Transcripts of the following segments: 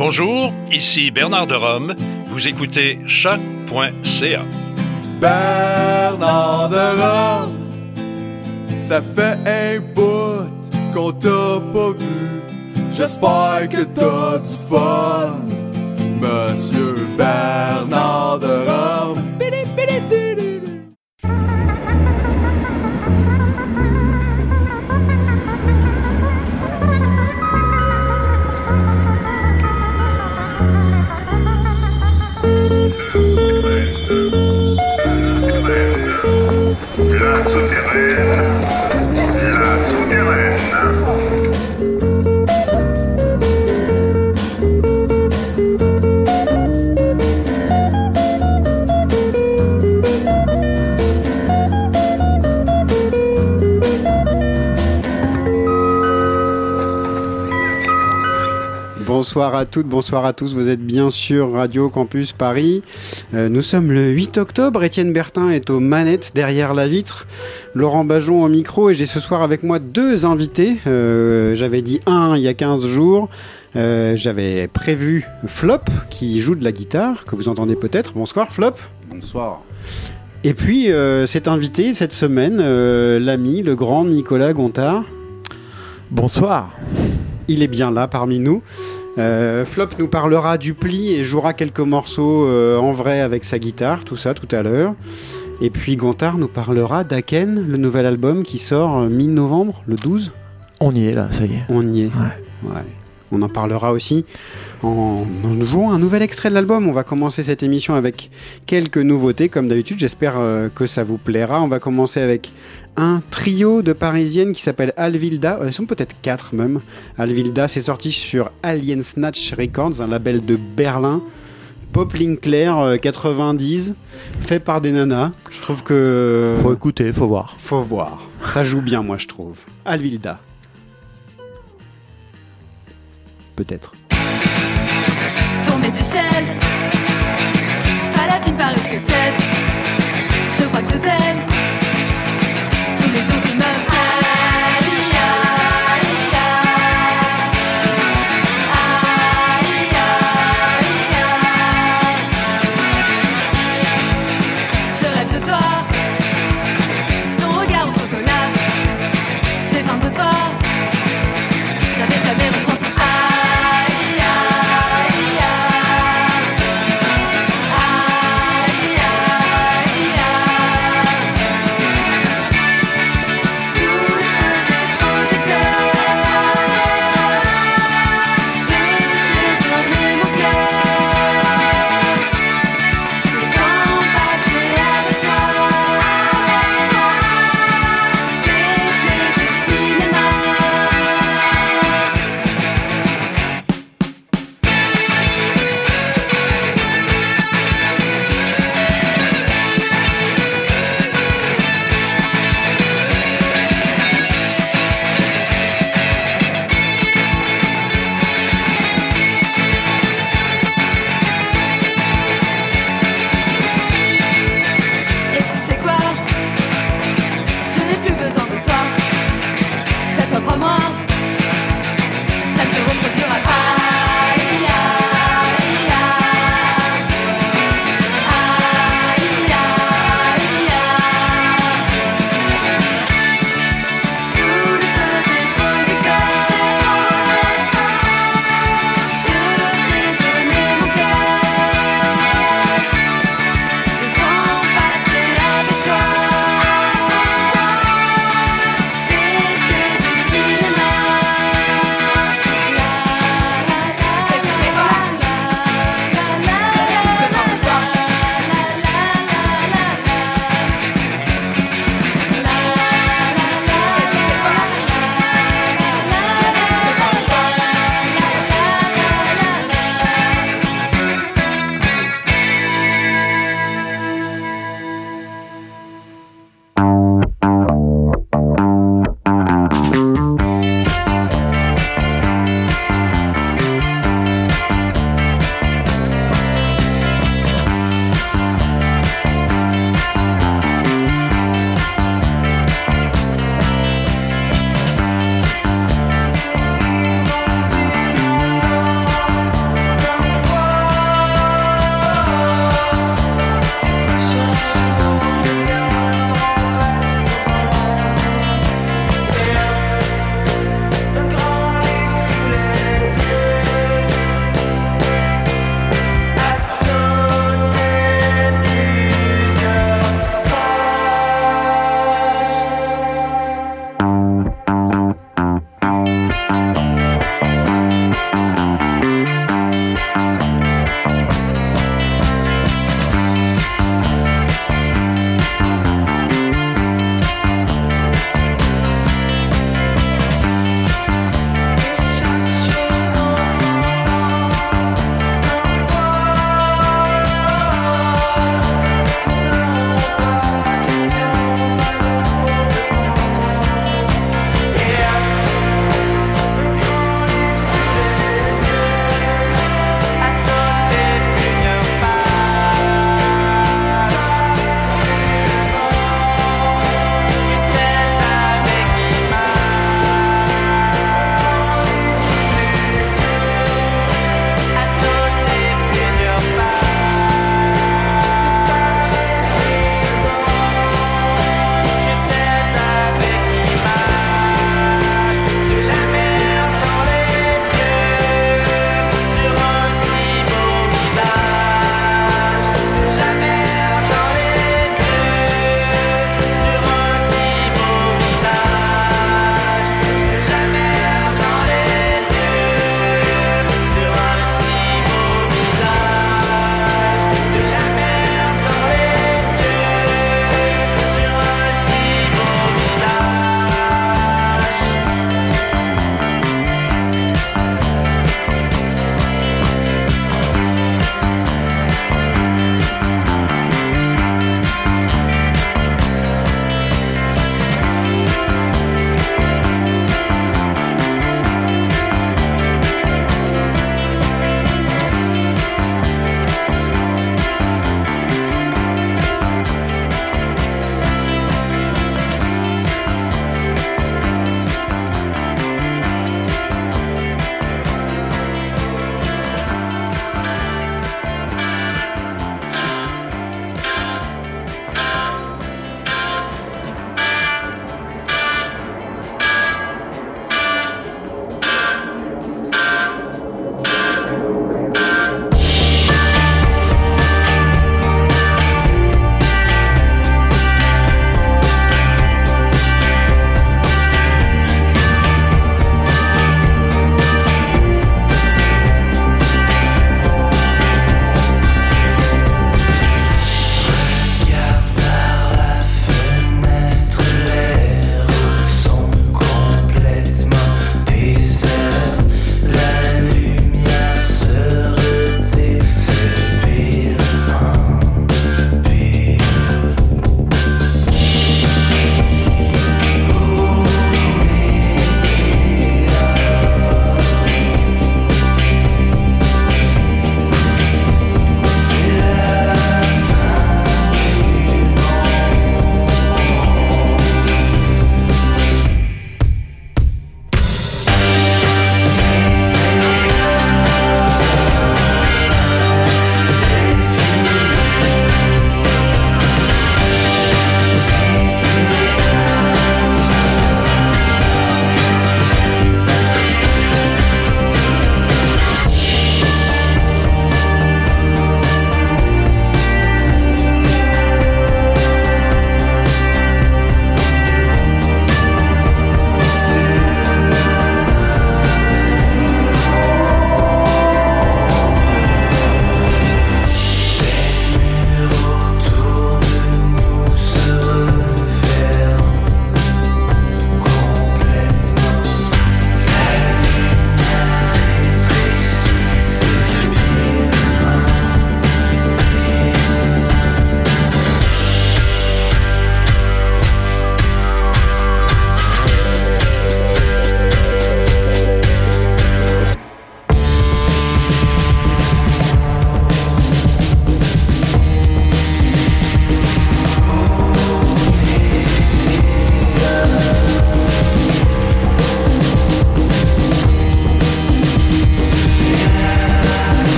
Bonjour, ici Bernard de Rome. Vous écoutez choc.ca. Bernard de Rome, ça fait un bout qu'on t'a pas vu. J'espère que t'as du fun, Monsieur Bernard de Rome. Bonsoir à toutes, bonsoir à tous, vous êtes bien sûr Radio Campus Paris. Nous sommes le 8 octobre, Étienne Bertin est aux manettes derrière la vitre, Laurent Bajon au micro et j'ai ce soir avec moi deux invités. J'avais dit un il y a 15 jours, j'avais prévu Flop qui joue de la guitare, que vous entendez peut-être. Bonsoir Flop. Bonsoir. Et puis cet invité cette semaine, l'ami, le grand Nicolas Gontard. Bonsoir. Il est bien là parmi nous. Flop nous parlera du pli et jouera quelques morceaux en vrai avec sa guitare, tout ça tout à l'heure. Et puis Gontard nous parlera d'Aken, le nouvel album qui sort mi-novembre, le 12. On y est là, ça y est. On y est. Ouais. On en parlera aussi en jouant un nouvel extrait de l'album. On va commencer cette émission avec quelques nouveautés comme d'habitude. J'espère que ça vous plaira. On va commencer avec un trio de parisiennes qui s'appelle Alvilda. Elles sont peut-être 4 même. Alvilda, c'est sorti sur Alien Snatch Records, un label de Berlin. Pop Linkler 90, fait par des nanas. Je trouve que... Faut écouter, faut voir. Faut voir. Ça joue bien, moi, je trouve. Alvilda. Peut-être. Tombé du ciel, c'est à la vie par cette tête. Je crois que je t'aime. Tous les jours tu me prends. Je rêve de toi, ton regard au chocolat. J'ai faim de toi, j'avais jamais ressenti ça.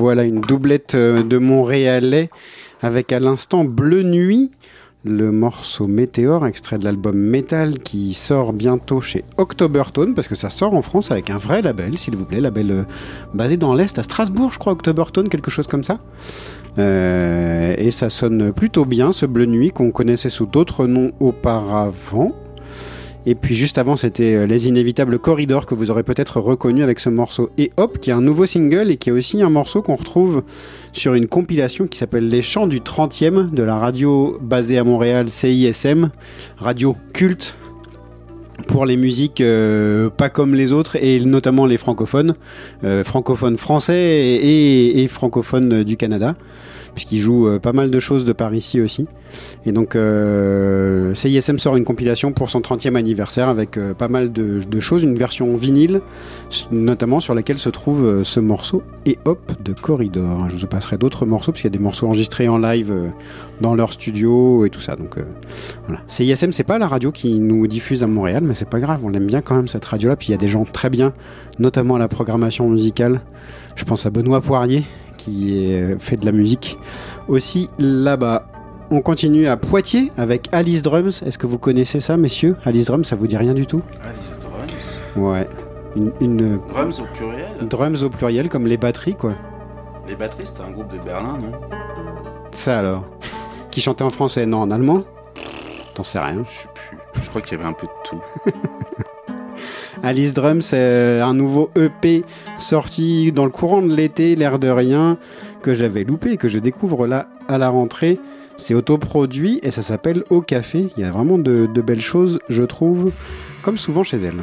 voilà, une doublette de Montréalais avec à l'instant Bleu Nuit, le morceau Météore, extrait de l'album Metal qui sort bientôt chez Octobertone, parce que ça sort en France avec un vrai label, s'il vous plaît, label basé dans l'Est, à Strasbourg, je crois, Octobertone, quelque chose comme ça. Et ça sonne plutôt bien, ce Bleu Nuit qu'on connaissait sous d'autres noms auparavant. Et puis juste avant, c'était les inévitables Corridors que vous aurez peut-être reconnu avec ce morceau Et Hop, qui est un nouveau single et qui est aussi un morceau qu'on retrouve sur une compilation qui s'appelle Les Chants du 30e de la radio basée à Montréal, CISM, radio culte pour les musiques pas comme les autres et notamment les francophones, francophones français et francophones du Canada, puisqu'ils jouent pas mal de choses de par ici aussi. Et donc CISM sort une compilation pour son 30e anniversaire avec pas mal de choses, une version vinyle notamment sur laquelle se trouve ce morceau Et Hop de Corridor. Je vous passerai d'autres morceaux parce qu'il y a des morceaux enregistrés en live dans leur studio et tout ça. Donc voilà. CISM, c'est pas la radio qui nous diffuse à Montréal, mais c'est pas grave, on aime bien quand même cette radio-là. Puis il y a des gens très bien, notamment à la programmation musicale. Je pense à Benoît Poirier qui fait de la musique aussi là-bas. On continue à Poitiers avec Alice Drums. Est-ce que vous connaissez ça, messieurs? Alice Drums, ça vous dit rien du tout? Alice Drums? Ouais. Une Drums au pluriel? Drums au pluriel, comme les batteries, quoi. Les batteries, c'était un groupe de Berlin, non? Ça alors. Qui chantait en français? Non, en allemand? T'en sais rien. Je sais plus. Je crois qu'il y avait un peu de tout. Alice Drums, c'est un nouveau EP sorti dans le courant de l'été, l'air de rien, que j'avais loupé et que je découvre là à la rentrée. C'est autoproduit et ça s'appelle Au Café. Il y a vraiment de belles choses, je trouve, comme souvent chez elle.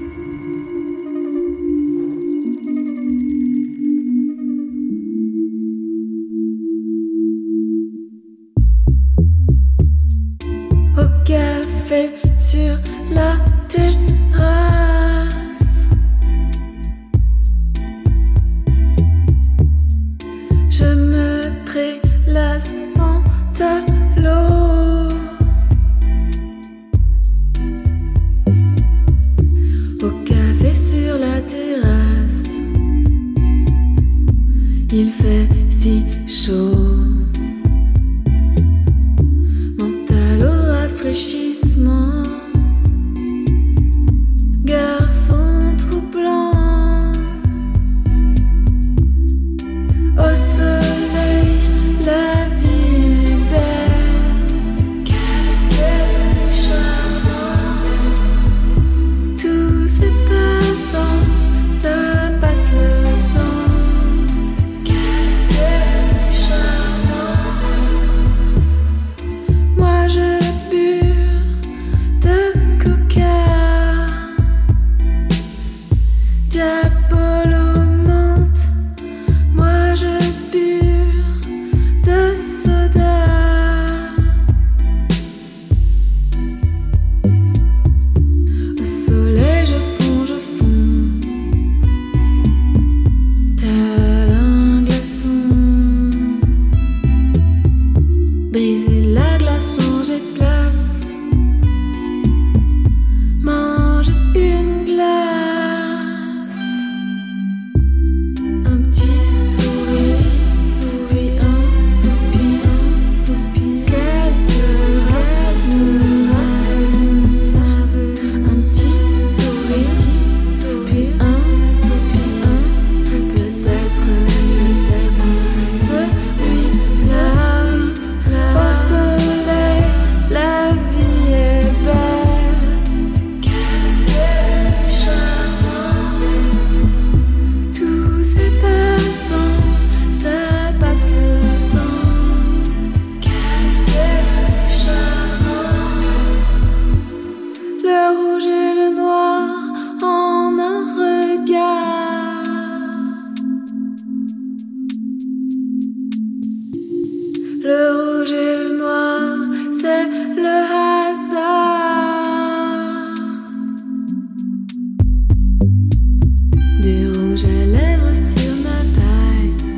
Au café sur la terrasse, je me prélasse en talons. Au café sur la terrasse, il fait si chaud. Mental au rafraîchissement, garçon troublant. Au soleil, la vie est belle. Quel charmant. Tout c'est passant, ça passe le temps. Quel charmant. Moi je bus de coca, Diabolo menthe. Moi je bus de soda. Au soleil je fonds, tel un glaçon. Briser la glace, changer de place, manger une glace. Un petit sourire, un soupir, quel sera un petit sourire, un soupir, peut-être celui-là. Au soleil, la vie est belle. Quel charmant. Tout c'est passant, ça passe le temps. Quel charmant. Le rouge et le noir en un regard. Le rouge et le noir, c'est le hasard. Du rouge à lèvres sur ma paille,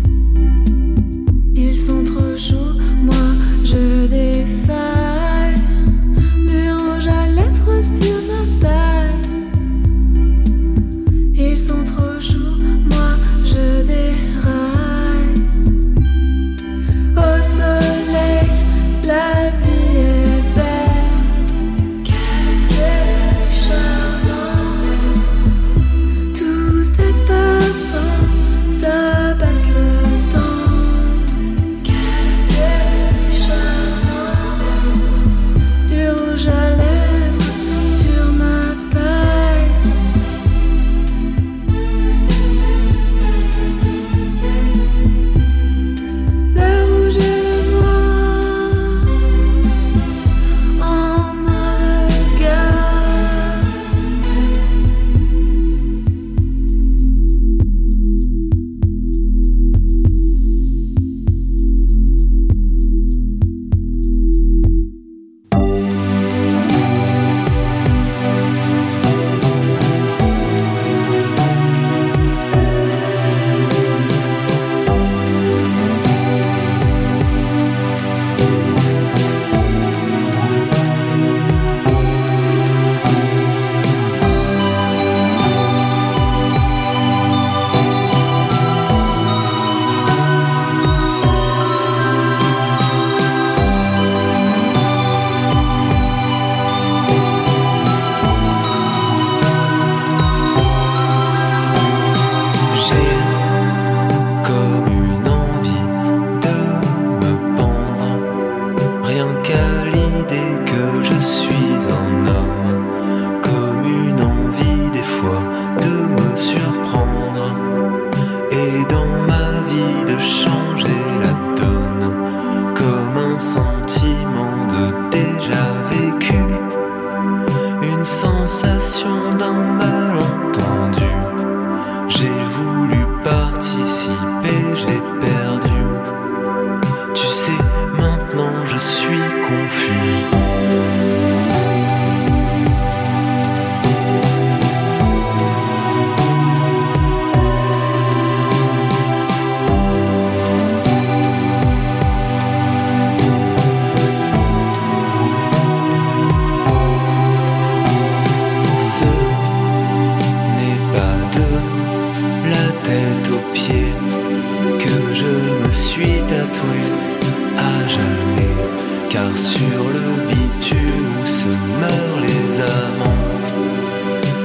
ils sont trop chauds, moi je défaille. Du rouge à lèvres sur ma paille, ils sont trop chauds, moi je déraille.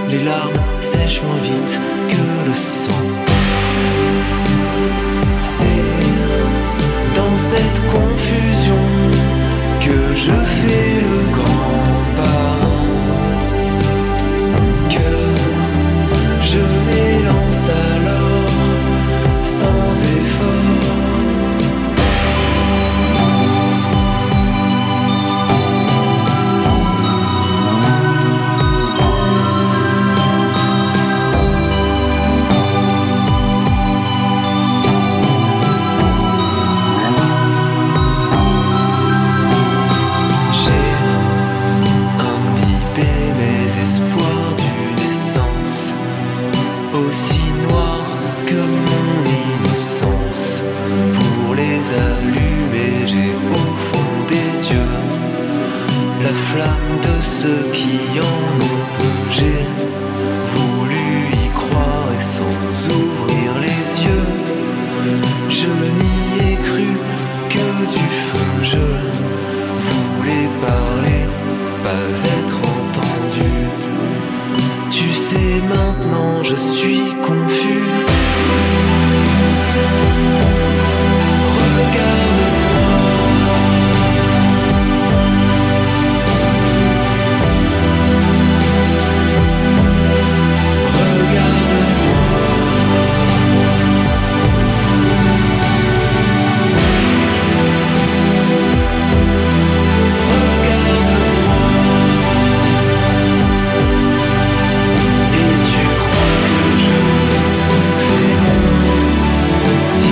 les larmes sèchent moins vite que le sang. C'est dans cette confusion que je fais le grand pas, que je m'élance alors sans effort. Aussi noir que mon innocence. Pour les allumer, j'ai au fond des yeux la flamme de ceux qui en ont peu. J'ai voulu y croire et sans ouvrir les yeux, je n'y ai cru que du feu. Je voulais parler, pas être entendu. Tu sais, maintenant je suis confus. Si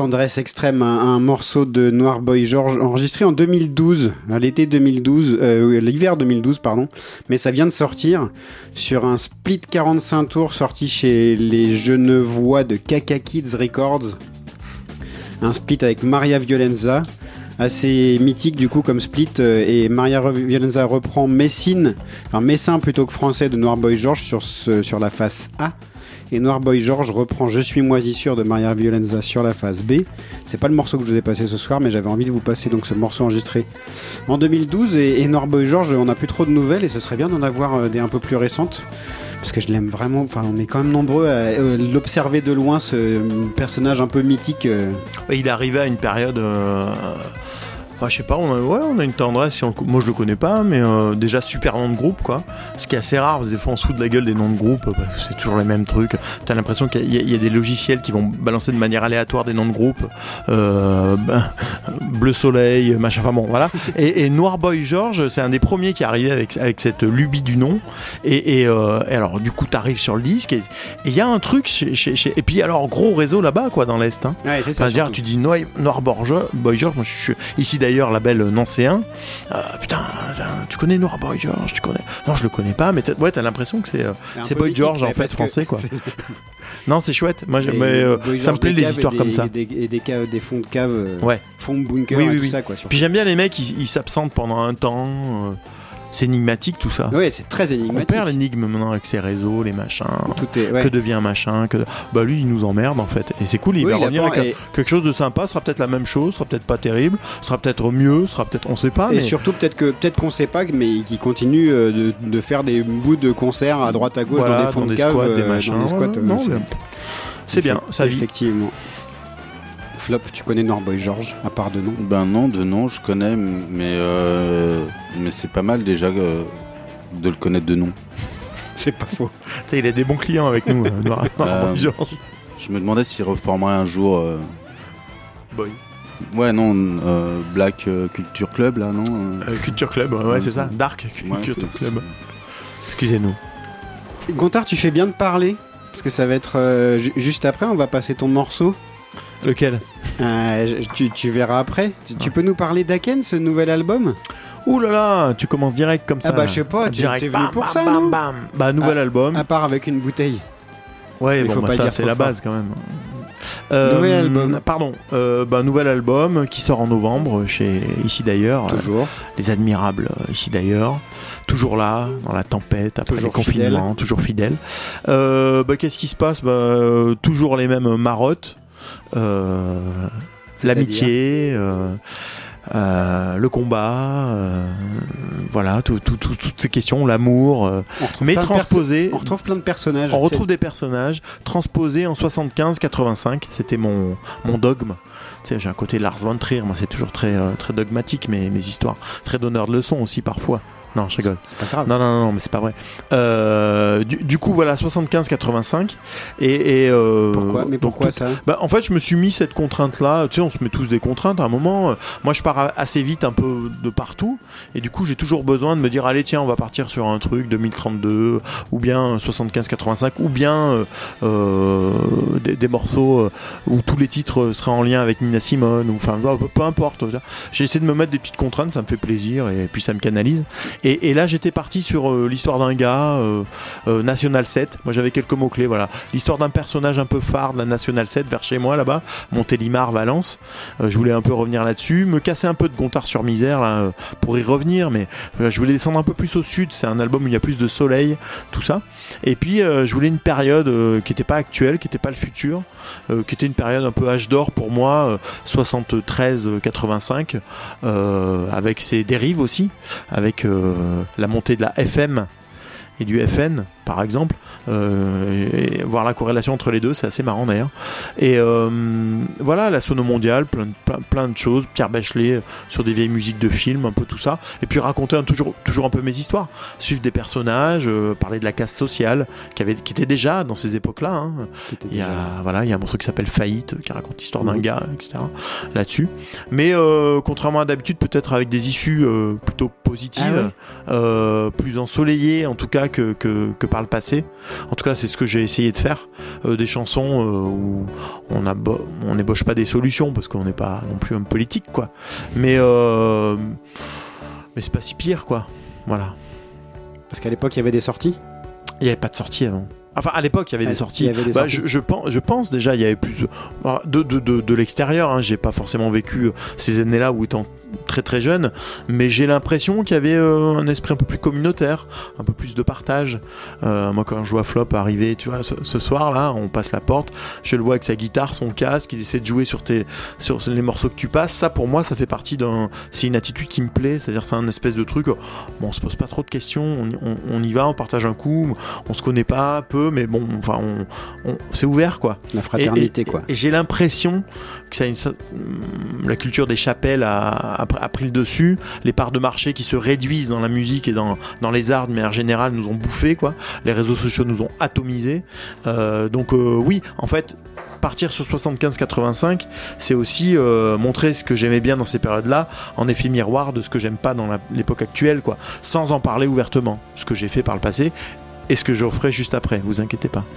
tendresse extrême, un morceau de Noir Boy George enregistré en 2012, à l'été 2012, l'hiver 2012, pardon. Mais ça vient de sortir sur un split 45 tours sorti chez les Genevois de Kaka Kids Records. Un split avec Maria Violenza, assez mythique du coup comme split, et Maria Violenza reprend Messin plutôt que français de Noir Boy George sur la face A. Et Noir Boy George reprend Je suis moisissure de Maria Violenza sur la phase B. C'est pas le morceau que je vous ai passé ce soir, mais j'avais envie de vous passer donc ce morceau enregistré en 2012. Et Noir Boy George, on n'a plus trop de nouvelles et ce serait bien d'en avoir des un peu plus récentes. Parce que je l'aime vraiment, enfin on est quand même nombreux à l'observer de loin, ce personnage un peu mythique. Il est arrivé à une période... je sais pas, on a une tendresse, moi je le connais pas, mais déjà super nom de groupe quoi. Ce qui est assez rare, des fois on se fout de la gueule des noms de groupe, c'est toujours les mêmes trucs. T'as l'impression qu'il y a des logiciels qui vont balancer de manière aléatoire des noms de groupe, Bleu Soleil, machin, enfin bon voilà. Et Noir Boy George, c'est un des premiers qui est arrivé avec cette lubie du nom. Et alors du coup t'arrives sur le disque et il y a un truc et puis alors gros réseau là-bas quoi dans l'Est. Hein. Ouais, c'est ça. C'est-à-dire tu dis Noir Boy George, moi je suis ici d'ailleurs label nancéen. Putain, tu connais Noir Boy George, tu connais? Non, je le connais pas, mais t'as l'impression que c'est Boy George en fait français quoi. Non, c'est chouette. Moi, ça me plaît les histoires comme ça. Et des fonds de cave, fonds de bunker, oui, tout ça quoi. Puis j'aime bien les mecs, ils s'absentent pendant un temps. C'est énigmatique tout ça. Oui, c'est très énigmatique. On perd l'énigme maintenant avec ces réseaux, les machins. Tout est, Que devient machin Bah lui, il nous emmerde en fait. Et c'est cool, il va revenir avec quelque chose de sympa. Ce sera peut-être la même chose, ce sera peut-être pas terrible, ce sera peut-être mieux, ce sera peut-être, on sait pas. Et mais... surtout peut-être qu'on sait pas, mais qui continue de faire des bouts de concerts à droite à gauche dans des fonds de cave, des machins, dans des squats. Non, c'est bien, ça vit. Effectivement. Flop, tu connais Noir Boy George, à part de nom? Ben non, de nom je connais, mais c'est pas mal déjà de le connaître de nom. C'est pas faux. Tu sais, il a des bons clients avec nous, Noir Boy George. Je me demandais s'il reformerait un jour... Boy. Ouais, non, Black Culture Club, là, non Culture Club, ouais, c'est ça. Dark Culture Club. Excusez-nous. Gontard, tu fais bien de parler, parce que ça va être juste après, on va passer ton morceau. Lequel? Tu verras après. Tu peux nous parler d'Aken, ce nouvel album? Ouh là là, tu commences direct comme ça. Ah bah je sais pas, t'es venu pour ça, non? Bah nouvel album. À part avec une bouteille. Ouais, bon bah ça c'est la base quand même. Nouvel album. Pardon, nouvel album qui sort en novembre chez Ici d'ailleurs. Toujours. Les Admirables Ici d'ailleurs. Toujours là, dans la tempête, après le confinement, toujours fidèle. Qu'est-ce qui se passe? Toujours les mêmes marottes. L'amitié, le combat, voilà, toutes ces questions, l'amour, mais transposé. On retrouve plein de personnages. On retrouve des personnages transposés en 75-85. C'était mon dogme. Tu sais, j'ai un côté Lars von Trier, moi c'est toujours très dogmatique mes histoires, très donneur de leçons aussi parfois. Non, je rigole. C'est pas grave. Non, mais c'est pas vrai. Du coup, voilà, 75-85. Pourquoi? Mais pourquoi ça? En fait, je me suis mis cette contrainte-là. Tu sais, on se met tous des contraintes à un moment. Moi, je pars assez vite un peu de partout. Et du coup, j'ai toujours besoin de me dire, allez, tiens, on va partir sur un truc 2032, ou bien 75-85, ou bien des morceaux où tous les titres seraient en lien avec Nina Simone, ou enfin, peu importe. J'ai essayé de me mettre des petites contraintes, ça me fait plaisir, et puis ça me canalise. Et là j'étais parti sur l'histoire d'un gars, National 7. Moi j'avais quelques mots-clés, voilà. L'histoire d'un personnage un peu phare de la National 7 vers chez moi là-bas, Montélimar, Valence. Je voulais un peu revenir là-dessus, me casser un peu de Gontard sur Misère là, pour y revenir, mais je voulais descendre un peu plus au sud. C'est un album où il y a plus de soleil, tout ça. Et puis je voulais une période qui n'était pas actuelle, qui n'était pas le futur, qui était une période un peu âge d'or pour moi, 73-85, avec ses dérives aussi, avec la montée de la FM et du FN par exemple, et voir la corrélation entre les deux, c'est assez marrant d'ailleurs. Et voilà, la sono mondiale, plein de choses, Pierre Bachelet sur des vieilles musiques de films, un peu tout ça, et puis raconter toujours un peu mes histoires, suivre des personnages, parler de la casse sociale qui était déjà dans ces époques-là, hein. Il y a un morceau qui s'appelle Faillite qui raconte l'histoire d'un gars, etc. là-dessus, mais contrairement à d'habitude, peut-être avec des issues plutôt positives, plus ensoleillées en tout cas là que par le passé. En tout cas, c'est ce que j'ai essayé de faire. Des chansons où on n'ébauche pas des solutions parce qu'on n'est pas non plus un politique, quoi. Mais c'est pas si pire, quoi. Voilà. Parce qu'à l'époque, il y avait des sorties. Il n'y avait pas de sortie avant. Enfin, à l'époque, il y avait des sorties. sorties. Je pense déjà, il y avait plus de l'extérieur. Hein. J'ai pas forcément vécu ces années-là où étant très très jeune, mais j'ai l'impression qu'il y avait un esprit un peu plus communautaire, un peu plus de partage. Moi, quand je vois Flop arriver, tu vois, ce soir-là, on passe la porte, je le vois avec sa guitare, son casque, il essaie de jouer sur les morceaux que tu passes. Ça, pour moi, ça fait partie c'est une attitude qui me plaît. C'est-à-dire, c'est un espèce de truc. Bon, on se pose pas trop de questions, on y va, on partage un coup, on se connaît pas peu, mais bon, enfin, c'est ouvert, quoi. La fraternité, quoi. Et j'ai l'impression que la culture des chapelles a pris le dessus. Les parts de marché qui se réduisent dans la musique et dans les arts de manière générale nous ont bouffé, quoi. Les réseaux sociaux nous ont atomisés. Donc oui, en fait, partir sur 75-85, c'est aussi montrer ce que j'aimais bien dans ces périodes-là, en effet miroir de ce que j'aime pas dans l'époque actuelle, quoi, sans en parler ouvertement. Ce que j'ai fait par le passé et ce que je referai juste après, vous inquiétez pas.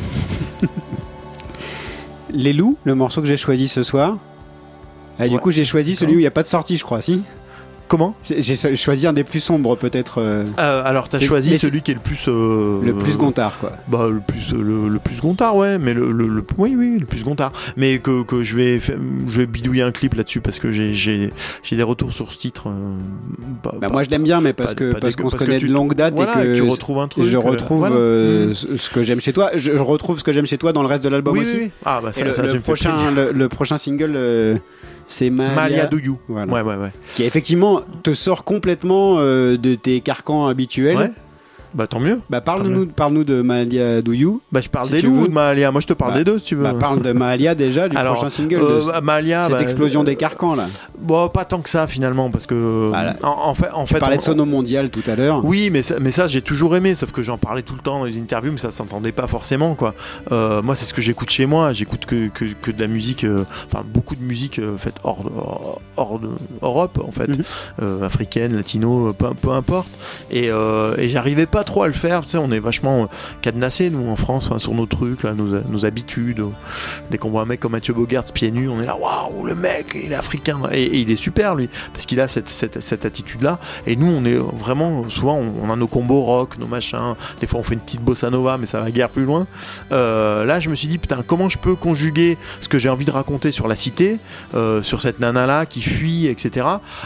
Les Loups, le morceau que j'ai choisi ce soir. Du coup, j'ai choisi celui où il n'y a pas de sortie, je crois, si. Comment ? J'ai choisi un des plus sombres, peut-être. Alors, t'as choisi celui qui est le plus... le plus Gontard, quoi. Bah, le plus Gontard, ouais, mais oui, le plus Gontard. Mais que je vais bidouiller un clip là-dessus parce que j'ai des retours sur ce titre. Moi, je l'aime bien, mais parce qu'on se connaît de longue date, voilà, et que tu retrouves un truc. Je retrouve ce que j'aime chez toi. Je retrouve ce que j'aime chez toi dans le reste de l'album aussi. Oui. Ah, bah ça, le prochain single... c'est Mahalia Do You. Voilà. Ouais. Qui effectivement te sort complètement de tes carcans habituels. Ouais. Bah tant mieux. Bah parle-nous de Mahalia Do You. Bah je parle des loups ou de Mahalia. Moi je te parle des deux si tu veux. Bah parle de Mahalia déjà, du prochain single. Mahalia, cette explosion des carcans là. Bon, pas tant que ça finalement parce que en fait tu parlais de Sono Mondial tout à l'heure. Oui, mais ça j'ai toujours aimé, sauf que j'en parlais tout le temps dans les interviews, mais ça s'entendait pas forcément, quoi. Moi c'est ce que j'écoute chez moi. J'écoute que de la musique, enfin beaucoup de musique faite hors d'Europe en fait, africaine, latino, peu importe. Et j'arrivais pas trop à le faire, tu sais, on est vachement cadenassés nous en France, sur nos trucs là, nos habitudes. Dès qu'on voit un mec comme Mathieu Bogart pieds nus, on est là, waouh, le mec il est africain, et il est super lui parce qu'il a cette attitude là, et nous on est vraiment souvent on a nos combos rock, nos machins, des fois on fait une petite bossa nova mais ça va guère plus loin. Là je me suis dit putain, comment je peux conjuguer ce que j'ai envie de raconter sur la cité, sur cette nana là qui fuit, etc.,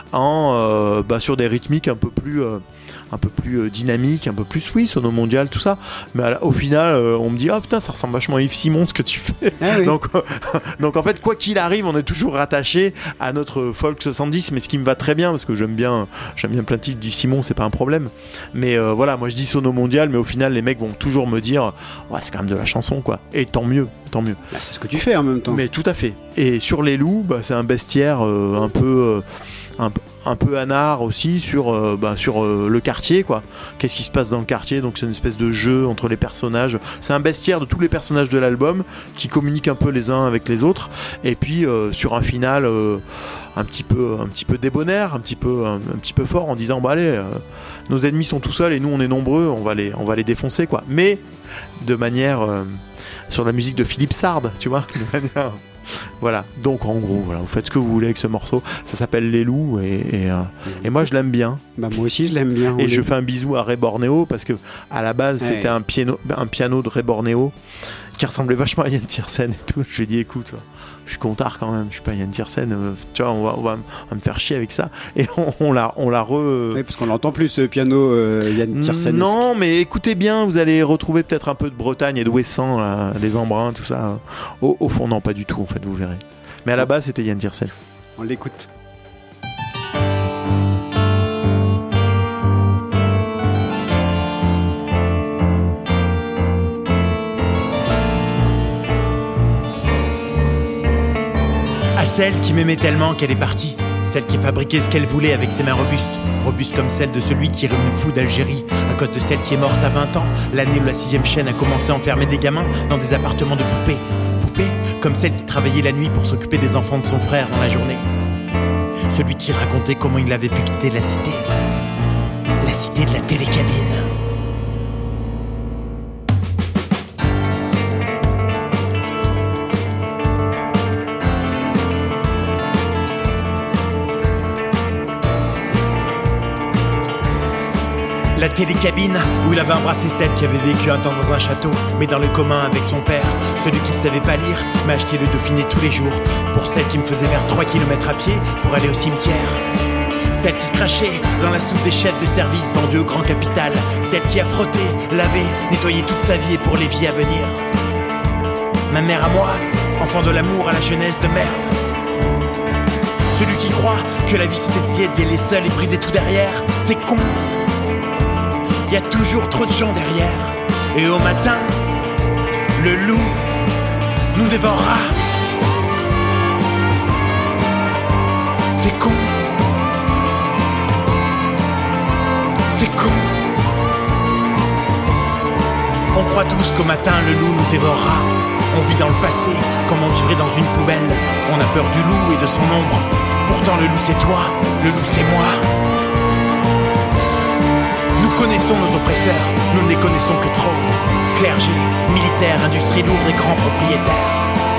sur des rythmiques un peu plus dynamique, un peu plus Sono Mondial, tout ça. Mais au final, on me dit ah putain, ça ressemble vachement à Yves Simon ce que tu fais. Ah, oui. Donc en fait, quoi qu'il arrive, on est toujours rattaché à notre folk 70, mais ce qui me va très bien parce que j'aime bien plein de titres d'Yves Simon, c'est pas un problème. Mais voilà, moi je dis Sono Mondial, mais au final, les mecs vont toujours me dire ouais, c'est quand même de la chanson, quoi. Et tant mieux. Bah, c'est ce que tu fais en même temps. Mais tout à fait. Et sur les loups, c'est un bestiaire un peu anard aussi sur le quartier, quoi. Qu'est-ce qui se passe dans le quartier? Donc c'est une espèce de jeu entre les personnages. C'est un bestiaire de tous les personnages de l'album qui communiquent un peu les uns avec les autres. Et puis sur un final un petit peu débonnaire, un petit peu fort, en disant bah allez, nos ennemis sont tout seuls et nous on est nombreux, on va les défoncer, quoi. Mais de manière sur la musique de Philippe Sard, tu vois, de manière. Voilà, donc en gros, voilà, vous faites ce que vous voulez avec ce morceau. Ça s'appelle Les Loups et moi je l'aime bien. Bah moi aussi je l'aime bien. Et je fais un bisou à Ray Borneo parce que à la base c'était un piano de Ray Borneo qui ressemblait vachement à Yann Tiersen et tout. Je lui ai dit écoute, je suis Gontard quand même, je suis pas Yann Tiersen, tu vois, on va me faire chier avec ça. Et on l'a Oui, parce qu'on l'entend plus ce piano Yann Tiersen. Non, mais écoutez bien, vous allez retrouver peut-être un peu de Bretagne et de Ouessant, les embruns, tout ça. Au fond, non, pas du tout, en fait, vous verrez. Mais à la base, c'était Yann Tiersen. On l'écoute. À celle qui m'aimait tellement qu'elle est partie, celle qui fabriquait ce qu'elle voulait avec ses mains robustes comme celle de celui qui est revenu fou d'Algérie, à cause de celle qui est morte à 20 ans, l'année où la 6ème chaîne a commencé à enfermer des gamins dans des appartements de poupées, comme celle qui travaillait la nuit pour s'occuper des enfants de son frère dans la journée, celui qui racontait comment il avait pu quitter la cité de la télécabine. la télécabine où il avait embrassé celle qui avait vécu un temps dans un château, mais dans le commun avec son père. Celui qui ne savait pas lire m'a acheté le Dauphiné tous les jours. Pour celle qui me faisait faire 3 km à pied pour aller au cimetière. Celle qui crachait dans la soupe des chefs de service vendus au grand capital. Celle qui a frotté, lavé, nettoyé toute sa vie et pour les vies à venir. Ma mère à moi, enfant de l'amour à la jeunesse de merde. Celui qui croit que la vie c'est essayer d'y aller seul et briser tout derrière, c'est con. Y a toujours trop de gens derrière. Et au matin, le loup nous dévorera. C'est con. C'est con. On croit tous qu'au matin le loup nous dévorera. On vit dans le passé comme on vivrait dans une poubelle. On a peur du loup et de son ombre. Pourtant le loup c'est toi, le loup c'est moi. Nous connaissons nos oppresseurs, nous ne les connaissons que trop. Clergé, militaire, industrie lourde et grands propriétaires.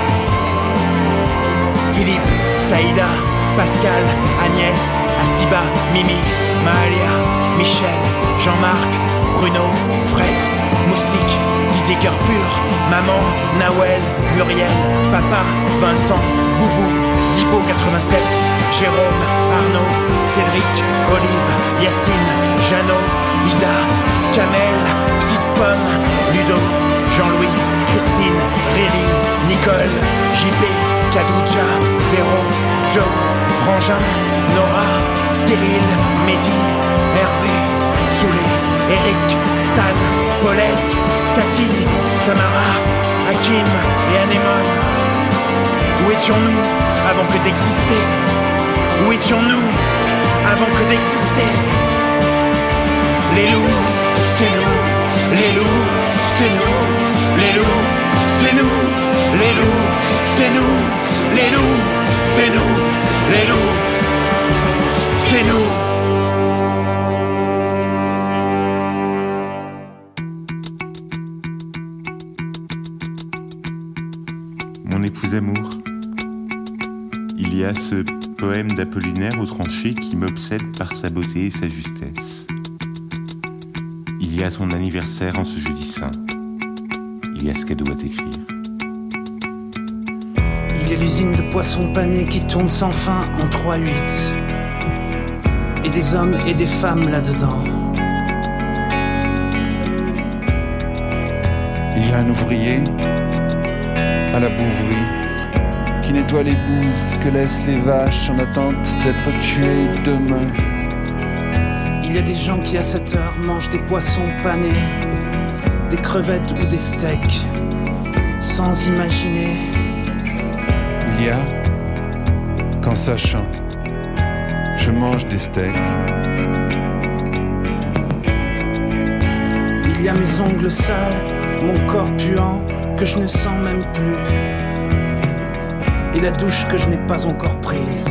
Philippe, Saïda, Pascal, Agnès, Asiba, Mimi, Mahalia, Michel, Jean-Marc, Bruno, Fred, Moustique, Didier Cœur Pur, Maman, Nawel, Muriel, Papa, Vincent, Boubou, Zibo 87, Jérôme, Arnaud, Cédric, Olive, Yacine, Jeannot, Isa, Kamel, Petite Pomme, Ludo, Jean-Louis, Christine, Riri, Nicole, JP, Kadouja, Véro, Joe, Frangin, Nora, Cyril, Mehdi, Hervé, Soulé, Eric, Stan, Paulette, Cathy, Tamara, Hakim et Anémone. Où étions-nous avant que d'exister? Où étions-nous avant que d'exister? Les loups, c'est nous. Les loups, c'est nous. Les loups, c'est nous. Les loups, c'est nous. Les loups, c'est nous. Les loups, c'est nous. Mon épouse amour, il y a ce poème d'Apollinaire aux tranchées qui m'obsède par sa beauté et sa justesse. Il y a ton anniversaire en ce jeudi saint. Il y a ce qu'elle doit t'écrire. Il y a l'usine de poissons panés qui tourne sans fin en 3-8. Et des hommes et des femmes là-dedans. Il y a un ouvrier à la bouverie qui nettoie les bouses que laissent les vaches en attente d'être tuées demain. Il y a des gens qui à cette heure mangent des poissons panés, des crevettes ou des steaks, sans imaginer. Il y a qu'en sachant, je mange des steaks. Il y a mes ongles sales, mon corps puant que je ne sens même plus, et la douche que je n'ai pas encore prise.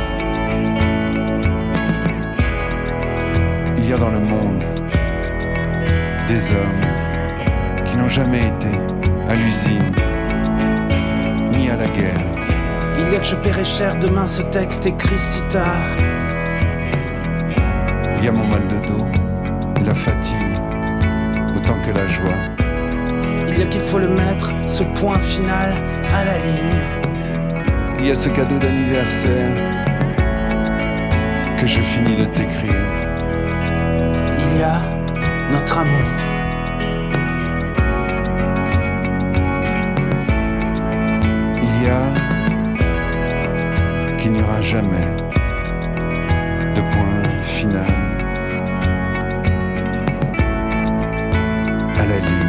Il y a dans le monde des hommes qui n'ont jamais été à l'usine ni à la guerre. Il y a que je paierai cher demain ce texte écrit si tard. Il y a mon mal de dos et la fatigue autant que la joie. Il y a qu'il faut le mettre, ce point final à la ligne. Il y a ce cadeau d'anniversaire que je finis de t'écrire. Il y a notre amour. Il y a qu'il n'y aura jamais de point final à la ligne.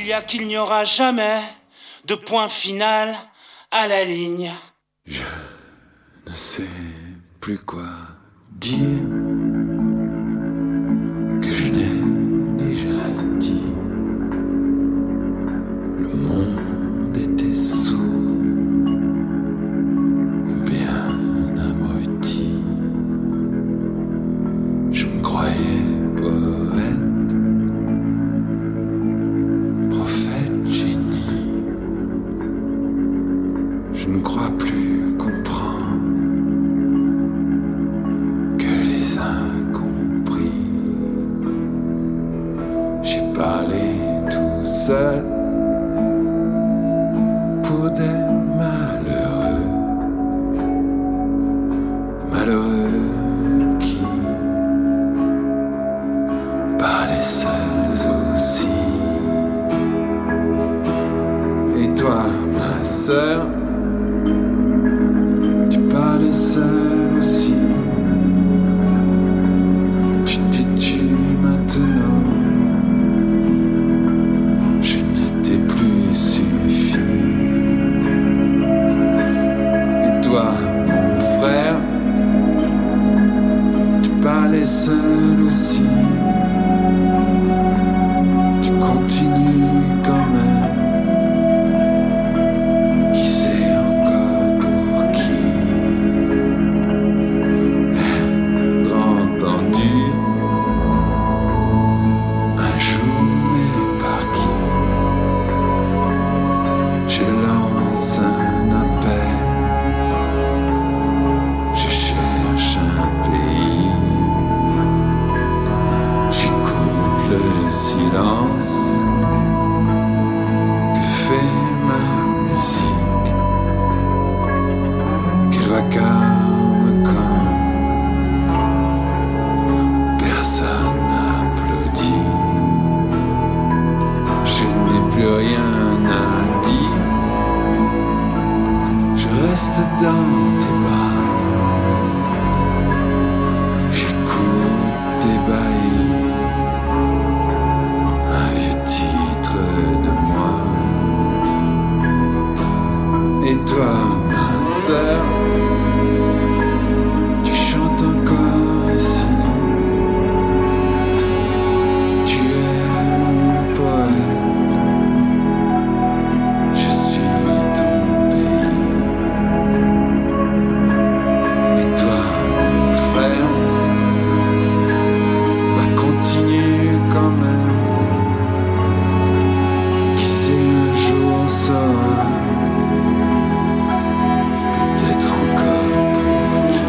y a qu'il n'y aura jamais de point final à la ligne. Je ne sais plus quoi dire, que je n'ai déjà dit. Le monde était sourd, bien abruti. Je me croyais poète, prophète, génie. Je ne crois plus comprendre que les incompris. J'ai parlé tout seul pour des malheureux, malheureux qui parlaient seuls aussi. Et toi, ma sœur, tu parles seul aussi. Tu t'es tu maintenant. Je ne t'ai plus suffi. Et toi, mon frère, tu parlais seul aussi. Tu continues quand même. Qui sait encore pour qui? Être entendu un jour, mais par qui? Je lance un appel, je cherche un pays, j'écoute le silence que fait ma musique. Quel vacarme quand personne n'applaudit. Je n'ai plus rien à dire. Je reste dans tes bras. J'écoute ébahi un vieux titre de moi. Et toi, ma sœur, tu chantes encore ici. Tu es mon poète, je suis ton pays. Et toi, mon frère, va continuer quand même. Qui sait un jour saura. Peut-être encore pour qui.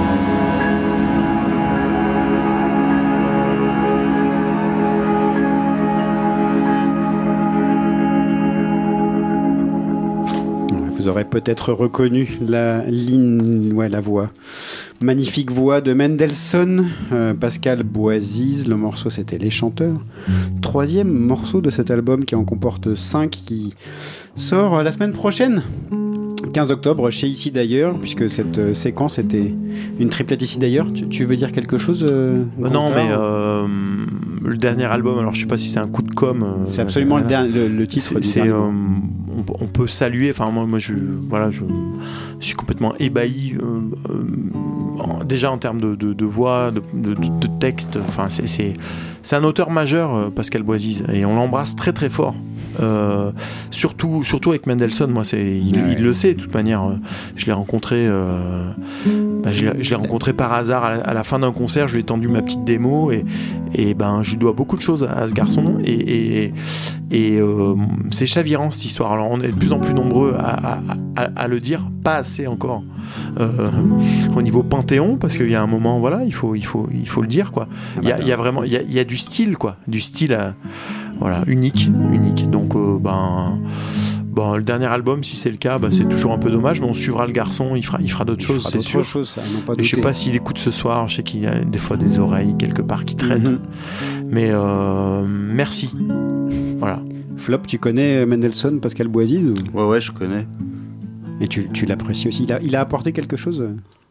Vous aurez peut-être reconnu la ligne, ouais, la voix. Magnifique voix de Mendelssohn, Pascal Boisise. Le morceau, c'était Les Chanteurs. Troisième morceau de cet album qui en comporte 5, qui sort la semaine prochaine. 15 octobre, chez Ici d'ailleurs, puisque cette séquence était une triplette Ici d'ailleurs. Tu veux dire quelque chose Non, mais le dernier album, alors je sais pas si c'est un coup de com'. C'est absolument le titre du dernier. On peut saluer, enfin moi je suis complètement ébahi, déjà en termes de voix, de texte. Enfin c'est un auteur majeur, Pascal Boisise, et on l'embrasse très très fort. Surtout avec Mendelssohn, moi il le sait de toute manière. Je l'ai rencontré je l'ai rencontré par hasard à la fin d'un concert. Je lui ai tendu ma petite démo et ben je lui dois beaucoup de choses à ce garçon et c'est chavirant cette histoire. Alors on est de plus en plus nombreux à le dire, pas assez encore au niveau Panthéon, parce qu'il y a un moment, voilà, il faut le dire, quoi. Il y a vraiment il y a du style, quoi, du style voilà, unique. Donc le dernier album, si c'est le cas, c'est toujours un peu dommage, mais on suivra le garçon, il fera d'autres choses, c'est sûr. Et je sais pas s'il écoute ce soir, je sais qu'il y a des fois des oreilles quelque part qui traînent. Mais merci. Voilà. Flop, tu connais Mendelssohn, Pascal Boisise ou... Ouais, je connais. Et tu l'apprécies aussi. Il a apporté quelque chose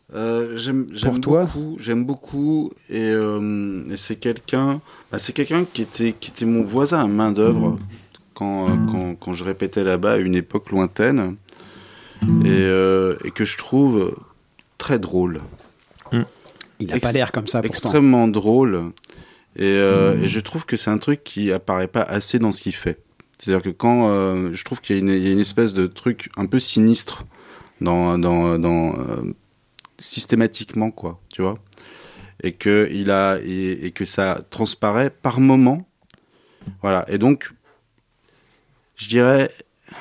J'aime beaucoup et c'est quelqu'un qui était mon voisin à main d'œuvre quand je répétais là-bas à une époque lointaine et que je trouve très drôle. Il n'a pas l'air comme ça, pourtant. Extrêmement drôle. Et je trouve que c'est un truc qui apparaît pas assez dans ce qu'il fait. C'est-à-dire que quand je trouve qu'il y a une espèce de truc un peu sinistre dans systématiquement, quoi, tu vois, et que ça transparaît par moment. Voilà. Et donc, je dirais,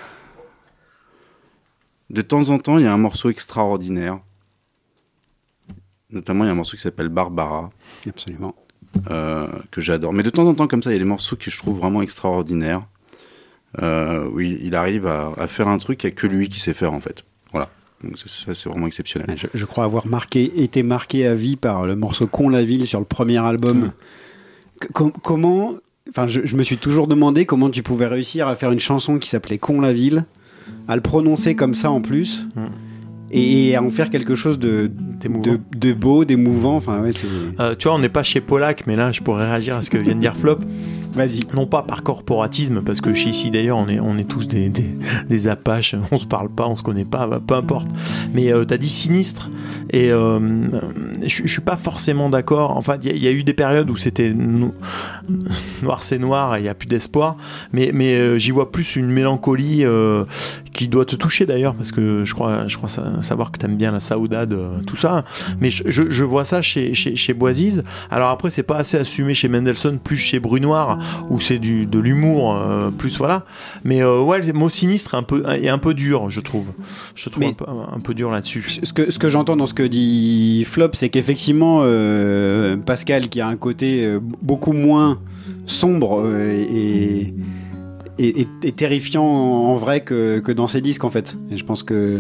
de temps en temps, il y a un morceau extraordinaire. Notamment, il y a un morceau qui s'appelle Barbara. Absolument. Que j'adore. Mais de temps en temps, comme ça, il y a des morceaux que je trouve vraiment extraordinaires. Où il arrive à faire un truc qu'il n'y a que lui qui sait faire, en fait. Voilà. Donc ça, c'est vraiment exceptionnel. Je crois avoir été marqué à vie par le morceau Con la ville sur le premier album. Comment... Enfin, je me suis toujours demandé comment tu pouvais réussir à faire une chanson qui s'appelait Con la ville, à le prononcer comme ça en plus... Et à en faire quelque chose de beau, d'émouvant. Enfin, ouais, c'est... tu vois, on n'est pas chez Pollack, mais là, je pourrais réagir à ce que vient de dire Flop. Vas-y. Non pas par corporatisme, parce que chez ici d'ailleurs, on est tous des apaches, on se parle pas, on se connaît pas, peu importe. Mais t'as dit sinistre, et je suis pas forcément d'accord. Enfin, il y a eu des périodes où c'était noir c'est noir et il y a plus d'espoir, mais j'y vois plus une mélancolie qui doit te toucher d'ailleurs, parce que je crois savoir que t'aimes bien la saoudade, tout ça. Mais je vois ça chez Boisiz. Alors après, c'est pas assez assumé chez Mendelssohn, plus chez Brunoir, où c'est de l'humour, plus voilà. Mais ouais, le mot sinistre est un peu dur, je trouve. Je trouve un peu dur là-dessus. Ce que j'entends dans ce que dit Flop, c'est qu'effectivement, Pascal, qui a un côté beaucoup moins sombre et terrifiant en vrai que dans ses disques, en fait. Et je pense que...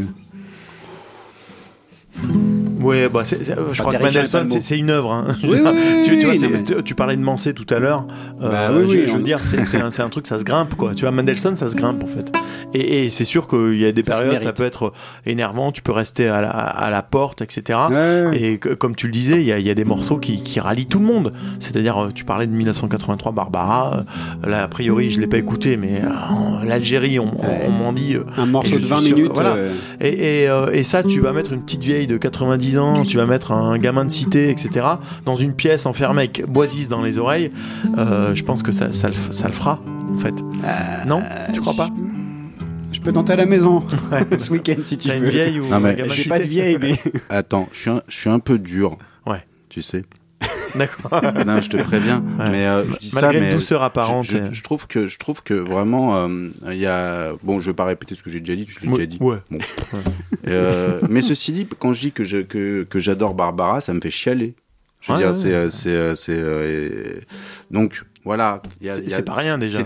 Ouais, bah je crois que Mendelssohn, c'est une œuvre. Hein. Oui, tu parlais de Mansé tout à l'heure. Je veux dire, c'est un truc, ça se grimpe, quoi. Tu vois, Mendelssohn, ça se grimpe, en fait. Et c'est sûr qu'il y a des périodes, ça peut être énervant, tu peux rester à la porte, etc. Et comme tu le disais, il y a des morceaux qui rallient tout le monde. C'est-à-dire, tu parlais de 1983, Barbara. Là, a priori, je l'ai pas écouté, mais l'Algérie, on m'en dit. Un morceau de 20 minutes. Voilà. Et ça, tu vas mettre une petite vieille de 90 ans, tu vas mettre un gamin de cité, etc. dans une pièce enfermée avec Boisiz dans les oreilles. Je pense que ça le fera, en fait. Non, tu crois pas? Je peux tenter à la maison ce week-end si tu veux. Une vieille ou non, mais j'ai pas de vieille, mais attends, je suis un peu dur. Ouais. Tu sais. D'accord. Non, je te préviens. Ouais. Mais je dis malgré ça, mais une douceur apparente. Je trouve que vraiment, il y a. Bon, je vais pas répéter ce que j'ai déjà dit. Je l'ai déjà dit. Ouais. Bon. Mais ceci dit, quand je dis que j'adore Barbara, ça me fait chialer. Je veux dire, donc. Voilà, c'est pas rien déjà.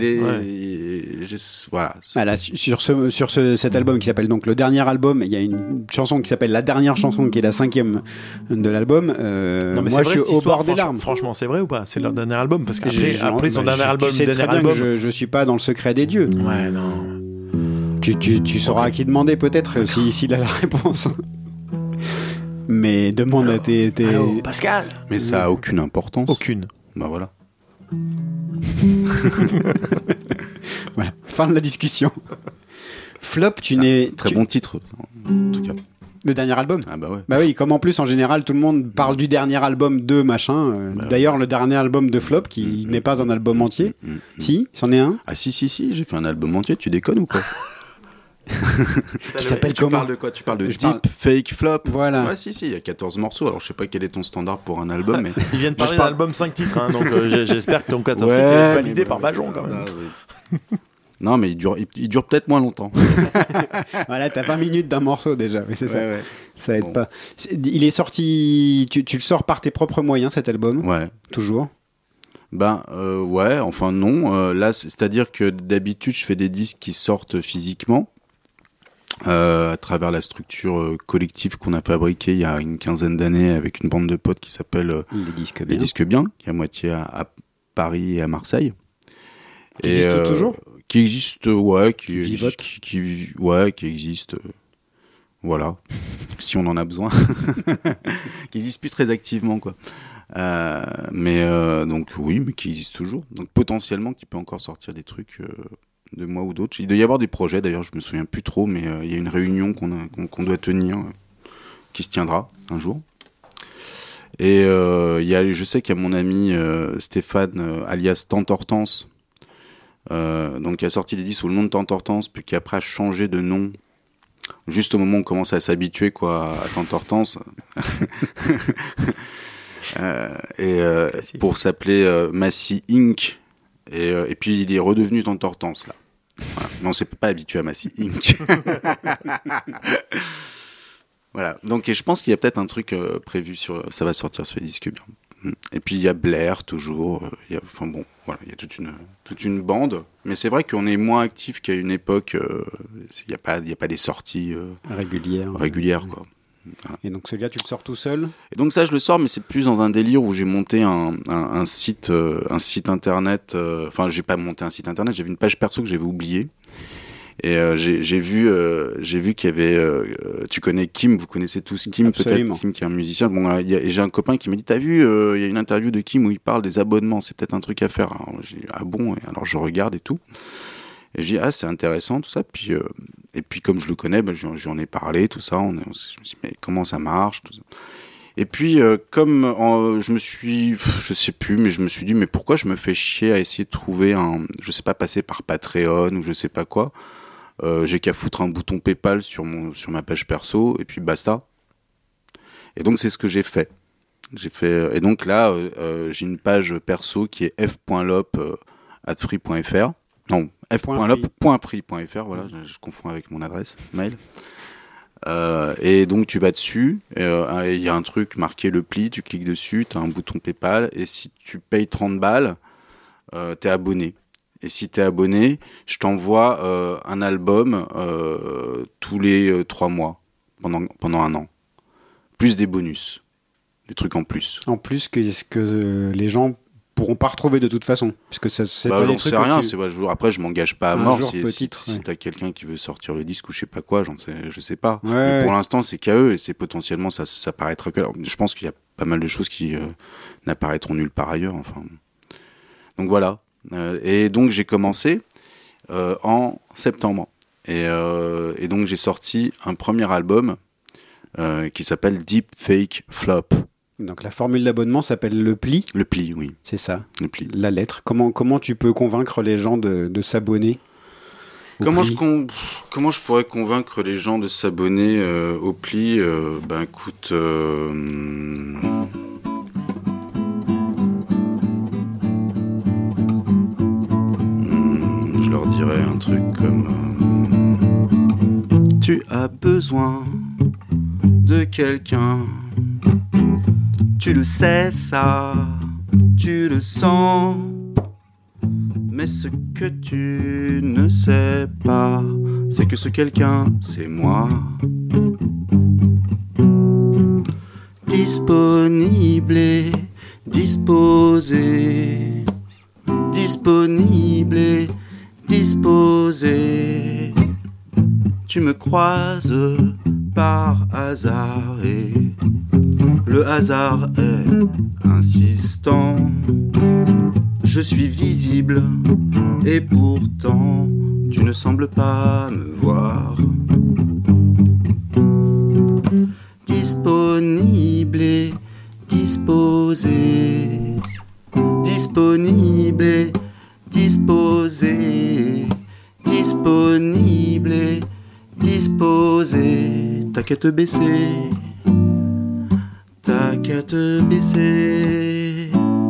Voilà, sur cet album qui s'appelle donc le dernier album, il y a une chanson qui s'appelle la dernière chanson qui est la 5e de l'album. Non, mais moi, je suis au bord des larmes. Franchement, c'est vrai ou pas? C'est leur dernier album parce qu'après son dernier album, tu sais très bien que je suis pas dans le secret des dieux. Ouais, non. Tu sauras à qui demander peut-être s'il a la réponse. Mais demande à tes... Allô, Pascal. Mais ça a aucune importance. Aucune. Bah voilà. Voilà, fin de la discussion. Flop, bon titre, en tout cas. Le dernier album. Ah bah ouais. Bah oui, comme en plus en général tout le monde parle du dernier album de machin. D'ailleurs, le dernier album de Flop, qui n'est pas un album entier. Si, c'en est un. Ah si, j'ai fait un album entier. Tu déconnes ou quoi? Qui s'appelle comment? Tu parles de quoi? Tu parles de Deep, Fake, Flop. Voilà. Ouais, si, il y a 14 morceaux. Alors je sais pas quel est ton standard pour un album, mais ils viennent parler d'un album 5 titres, hein, donc j'espère que ton 14 titres est validé par Bajon quand même. Non, mais il dure peut-être moins longtemps. Voilà, t'as 20 minutes d'un morceau déjà, mais c'est ça. Ouais. Ça aide pas. Il est sorti. Tu le sors par tes propres moyens, cet album? Ouais. Toujours? Ben ouais, enfin non. Là, c'est-à-dire que d'habitude, je fais des disques qui sortent physiquement. À travers la structure collective qu'on a fabriquée il y a une quinzaine d'années avec une bande de potes qui s'appelle Les Disques Bien, qui est à moitié à Paris et à Marseille. Qui existe toujours? Qui existe, ouais, qui existe, voilà, si on en a besoin, qui existe plus très activement, quoi. Donc oui, mais qui existe toujours. Donc potentiellement, qui peut encore sortir des trucs de moi ou d'autres. Il doit y avoir des projets, d'ailleurs, je me souviens plus trop, mais il y a une réunion qu'on doit tenir, qui se tiendra un jour. Et je sais qu'il y a mon ami Stéphane, alias Tante Hortense, donc qui a sorti des disques sous le nom de Tante Hortense, puis qui après a changé de nom, juste au moment où on commence à s'habituer à Tante Hortense. Pour s'appeler Massy Inc. Et puis il est redevenu Tante Hortense là. Voilà. Mais on s'est pas habitué à Massy Inc. Voilà. Donc et je pense qu'il y a peut-être un truc prévu ça va sortir sur les disques bien. Et puis il y a Blair toujours. Il y a toute une bande. Mais c'est vrai qu'on est moins actif qu'à une époque. Il y a pas des sorties régulières quoi. Et donc celui-là, tu le sors tout seul ? Et donc ça, je le sors, mais c'est plus dans un délire où j'ai monté un site internet. Enfin, j'ai pas monté un site internet, j'avais une page perso que j'avais oubliée. Et j'ai vu qu'il y avait. Tu connais Kim, vous connaissez tous Kim. Absolument. Peut-être Kim qui est un musicien. Bon, et j'ai un copain qui m'a dit, t'as vu, il y a une interview de Kim où il parle des abonnements. C'est peut-être un truc à faire. Alors, j'ai dit, ah bon ? Et alors je regarde et tout. Et je dis, c'est intéressant tout ça. Puis, et puis comme je le connais, j'en ai parlé, tout ça. Je me suis dit, mais comment ça marche tout ça. Et puis je sais plus, mais je me suis dit, mais pourquoi je me fais chier à essayer de trouver passer par Patreon ou je sais pas quoi. J'ai qu'à foutre un bouton PayPal sur ma page perso et puis basta. Et donc c'est ce que j'ai fait. Et donc là, j'ai une page perso qui est f.lop@free.fr. Non, f.lop.free.fr, voilà, je confonds avec mon adresse mail. Et donc tu vas dessus, il y a un truc marqué le pli, tu cliques dessus, tu as un bouton PayPal, et si tu payes 30 balles, t'es abonné. Et si t'es abonné, je t'envoie un album tous les 3 mois, pendant un an. Plus des bonus, des trucs en plus. En plus que les gens pourront pas retrouver de toute façon, puisque c'est pas des trucs. J'en sais rien. Après, je m'engage pas à mort. Si t'as quelqu'un qui veut sortir le disque ou je sais pas quoi, je sais pas. Ouais, mais pour l'instant, c'est qu'à eux et c'est potentiellement ça paraîtra que. Je pense qu'il y a pas mal de choses qui n'apparaîtront nulle part ailleurs. Enfin, donc voilà. Et donc j'ai commencé en septembre et donc j'ai sorti un premier album qui s'appelle Deep Fake Flop. Donc la formule d'abonnement s'appelle le pli. Le pli, oui. C'est ça. Le pli. La lettre. Comment tu peux convaincre les gens de s'abonner Comment je pourrais convaincre les gens de s'abonner au pli écoute, je leur dirais un truc comme tu as besoin de quelqu'un. Tu le sais ça, tu le sens, mais ce que tu ne sais pas, c'est que ce quelqu'un, c'est moi. Disponible et disposé, disponible et disposé. Tu me croises par hasard et le hasard est insistant. Je suis visible et pourtant tu ne sembles pas me voir. Disponible et disposé, disponible et disposé, disponible et disposé. T'as qu'à te baisser. T'as qu'à te baisser.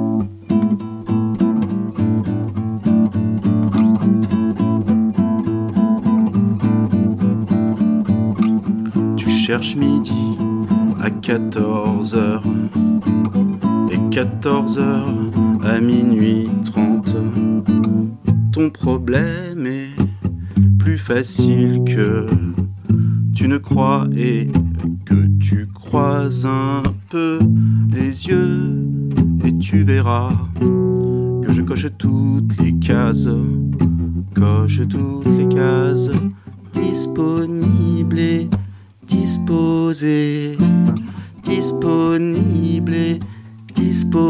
Tu cherches midi à 14h et 14h à minuit 30. Ton problème est plus facile que tu ne crois et que tu croises un peu les yeux et tu verras que je coche toutes les cases, disponible et disposé, disponible et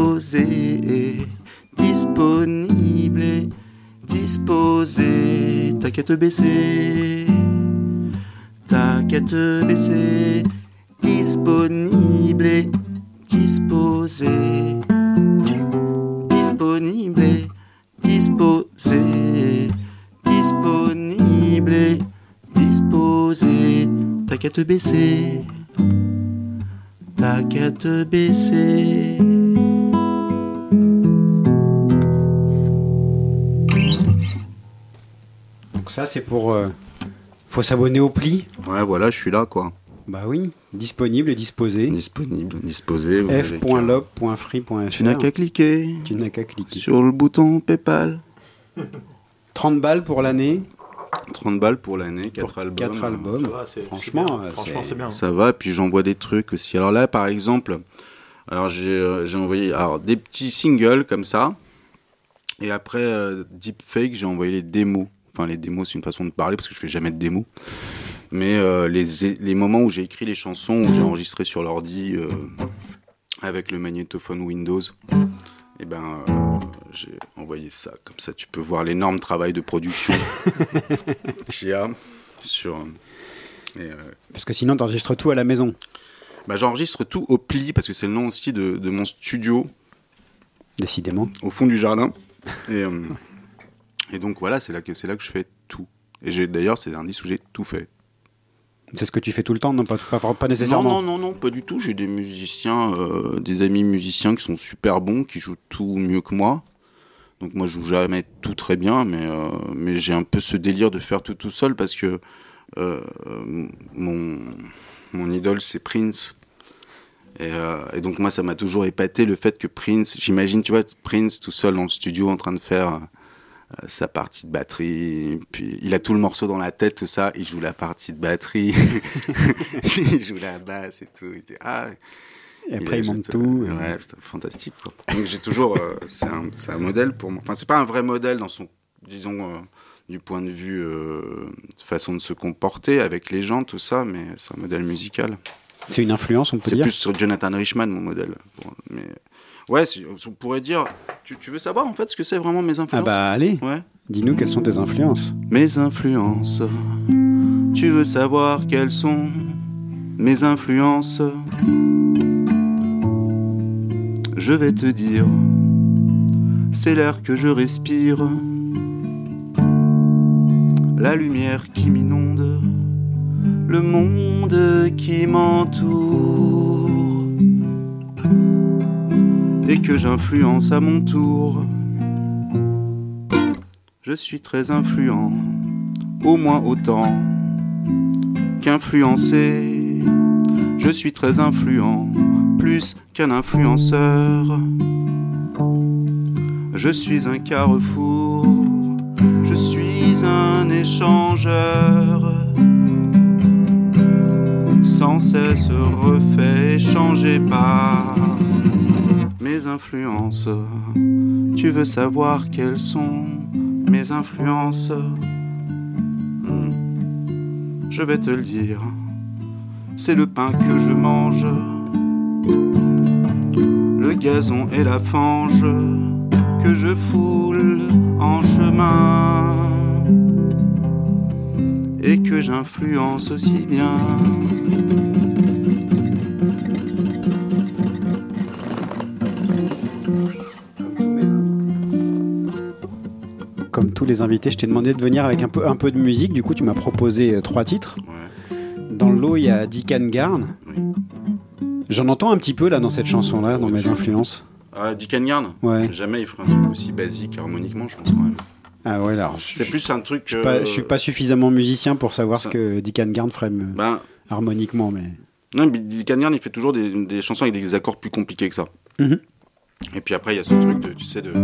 disposé, disponible et disposé. qu'à te baisser. T'as qu'à te baisser. Disponible et disposé. Disponible et disposé. Disponible et disposé. T'as qu'à te baisser. T'as qu'à te baisser. Donc ça, c'est pour... faut s'abonner au pli. Ouais, voilà, je suis là, quoi. Bah oui, disponible et disposé. Disponible, disposé. f.lob.free.fr. Tu n'as qu'à cliquer. Tu n'as qu'à cliquer. Sur le bouton PayPal. 30 balles pour l'année. 30 balles pour l'année, 4 albums. 4 albums. Ça va, Franchement, c'est bien. Ça va, puis j'envoie des trucs aussi. Alors là, par exemple, alors j'ai envoyé des petits singles comme ça. Et après, Deepfake, j'ai envoyé les démos. Enfin, les démos, c'est une façon de parler parce que je fais jamais de démos. Mais les moments où j'ai écrit les chansons, où j'ai enregistré sur l'ordi avec le magnétophone Windows, et ben j'ai envoyé ça. Comme ça, tu peux voir l'énorme travail de production qu'il y a sur. Parce que sinon, t'enregistres tout à la maison. Bah, j'enregistre tout au pli parce que c'est le nom aussi de mon studio. Décidément. Au fond du jardin. Et donc voilà, c'est là que je fais tout. Et d'ailleurs, c'est un disque où j'ai tout fait. C'est ce que tu fais tout le temps, non, pas nécessairement. Non, pas du tout. J'ai des musiciens, des amis musiciens qui sont super bons, qui jouent tout mieux que moi. Donc moi, je joue jamais tout très bien, mais j'ai un peu ce délire de faire tout seul parce que mon idole, c'est Prince. Et donc moi, ça m'a toujours épaté le fait que Prince, j'imagine, tu vois, Prince tout seul dans le studio en train de faire sa partie de batterie, puis il a tout le morceau dans la tête, tout ça, il joue la partie de batterie, il joue la basse et tout. Et après il monte tout. Ouais, c'est fantastique, quoi. Donc j'ai toujours, c'est un modèle pour moi. Enfin, c'est pas un vrai modèle dans son, disons, du point de vue façon de se comporter avec les gens, tout ça, mais c'est un modèle musical. C'est une influence, on peut dire. C'est plus sur Jonathan Richman, mon modèle. Mais ouais, on pourrait dire. Tu veux savoir en fait ce que c'est vraiment mes influences ? Ah bah allez, ouais. Dis-nous quelles sont tes influences. Mes influences. Tu veux savoir quelles sont mes influences ? Je vais te dire, c'est l'air que je respire, la lumière qui m'inonde, le monde qui m'entoure et que j'influence à mon tour. Je suis très influent, au moins autant qu'influencé. Je suis très influent, plus qu'un influenceur. Je suis un carrefour, je suis un échangeur. Sans cesse refait, changé par mes influences. Tu veux savoir quelles sont mes influences ? Je vais te le dire, c'est le pain que je mange, le gazon et la fange que je foule en chemin et que j'influence aussi bien. Comme tous les invités, je t'ai demandé de venir avec un peu de musique. Du coup, tu m'as proposé 3 titres. Ouais. Dans le lot, il y a Deacon Garn. Oui. J'en entends un petit peu là dans cette chanson-là, dans mes influences. Deacon Garn ? Ouais. Jamais il ferait un truc aussi basique harmoniquement, je pense quand même. Ah ouais, alors. C'est plus un truc. Je suis pas suffisamment musicien pour savoir ce que Deacon Garn ferait harmoniquement, mais. Non, mais Deacon Garn, il fait toujours des chansons avec des accords plus compliqués que ça. Mm-hmm. Et puis après, il y a ce truc de, tu sais,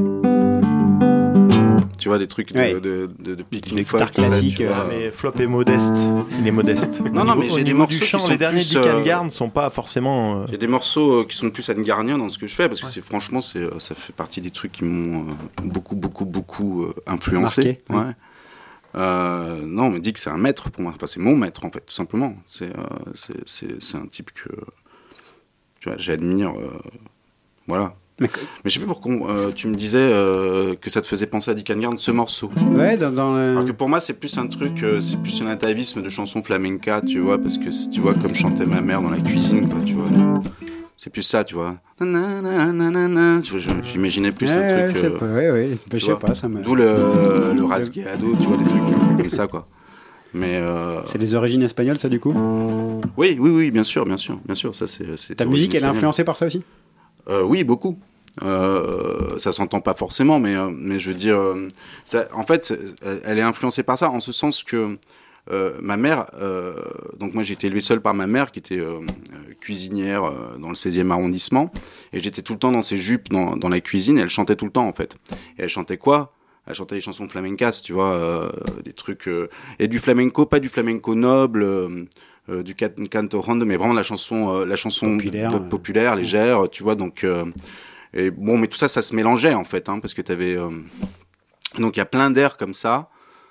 tu vois, des trucs de picking folk classique. Mais Flop est modeste. Il est modeste. Non, mais j'ai des morceaux du chant, qui sont les derniers plus, Deacon Garn sont pas forcément. Il y a des morceaux qui sont plus Anne-Garnien dans ce que je fais parce que franchement, ça fait partie des trucs qui m'ont beaucoup influencé. Marqué, ouais. Non, on me dit que c'est un maître pour moi. Enfin, c'est mon maître en fait, tout simplement. C'est un type que tu vois, j'admire. Voilà. Mais je sais plus pourquoi tu me disais que ça te faisait penser à Dick Garn, ce morceau. Ouais, dans le... Alors que pour moi, c'est plus un truc, c'est plus un atavisme de chansons flamenca, tu vois, parce que tu vois, comme chantait ma mère dans la cuisine, quoi, tu vois. C'est plus ça, tu vois. J'imaginais plus un truc. Ouais, je sais pas, ça me. D'où le rasgueado, tu vois, des trucs comme ça, quoi. Mais c'est des origines espagnoles, ça, du coup. Oui, bien sûr, ça c'est. Ta musique, elle est influencée par ça aussi. Oui, beaucoup. Ça s'entend pas forcément, mais je veux dire, ça, en fait, elle est influencée par ça, en ce sens que ma mère, donc moi j'ai été élevé seul par ma mère qui était cuisinière dans le 16e arrondissement, et j'étais tout le temps dans ses jupes dans la cuisine, et elle chantait tout le temps en fait. Et elle chantait quoi ? Elle chantait des chansons flamencas, tu vois, des trucs et du flamenco, pas du flamenco noble. Du canto rondo, mais vraiment la chanson populaire, légère, tu vois, donc et bon, mais tout ça se mélangeait en fait, parce que t'avais donc il y a plein d'airs comme ça,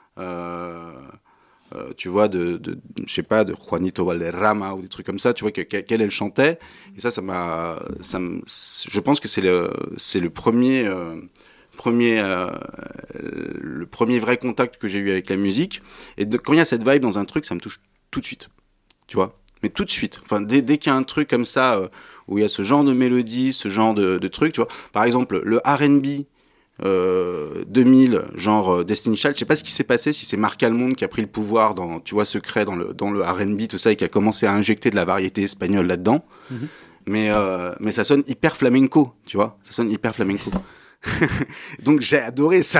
tu vois, de je sais pas, de Juanito Valderrama ou des trucs comme ça, tu vois, qu'elle elle chantait, et ça je pense que c'est le premier vrai contact que j'ai eu avec la musique, et quand il y a cette vibe dans un truc, ça me touche tout de suite. Tu vois, mais tout de suite. Enfin, dès qu'il y a un truc comme ça où il y a ce genre de mélodie, ce genre de truc, tu vois. Par exemple, le R&B 2000, genre Destiny Child, je sais pas ce qui s'est passé, si c'est Marc Almond qui a pris le pouvoir dans, tu vois, secret dans le R&B, tout ça, et qui a commencé à injecter de la variété espagnole là-dedans. Mm-hmm. Mais ça sonne hyper flamenco, tu vois. Ça sonne hyper flamenco. Donc j'ai adoré ça.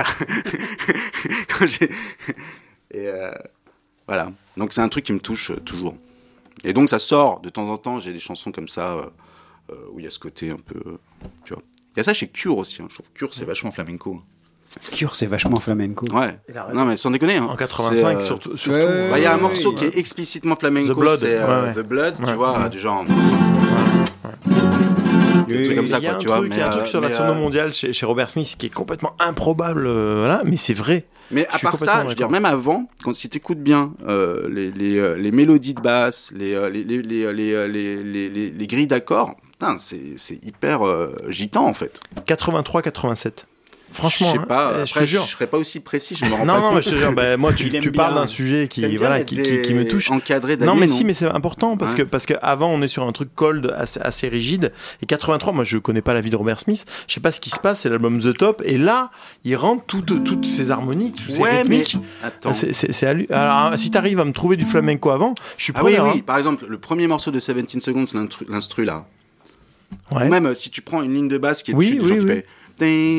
Voilà. Donc c'est un truc qui me touche toujours. Et donc ça sort, de temps en temps, j'ai des chansons comme ça, où il y a ce côté un peu, tu vois. Il y a ça chez Cure aussi, je trouve que Cure c'est vachement flamenco. Cure c'est vachement flamenco. Ouais. Non mais sans déconner. En 85 surtout. Il y a un morceau qui est explicitement flamenco, c'est The Blood, tu vois, du genre... Des trucs comme ça, quoi, tu vois. Il y a un truc sur la sono mondiale chez Robert Smith qui est complètement improbable, voilà, mais c'est vrai. Mais à part ça, je veux dire, même avant, si tu écoutes bien les mélodies de basse, les grilles d'accords, putain, c'est hyper gitan en fait. 83-87. Franchement, je sais pas. Après, je serais pas aussi précis. Je me rends pas compte. Non, je te jure. Moi, tu parles d'un sujet qui me touche. Encadré d'années. Non, mais si, mais c'est important parce que avant, on est sur un truc cold assez rigide. Et 83, moi, je connais pas la vie de Robert Smith. Je sais pas ce qui se passe. C'est l'album The Top. Et là, il rentre toutes ces harmonies, tous ces rythmiques. Mais attends. Alors, si t'arrives à me trouver du flamenco avant, je suis preneur. Oui. Par exemple, le premier morceau de 17 Seconds, l'instru là. Ouais. Ou même si tu prends une ligne de basse qui est dessus, genre qui fait. C'est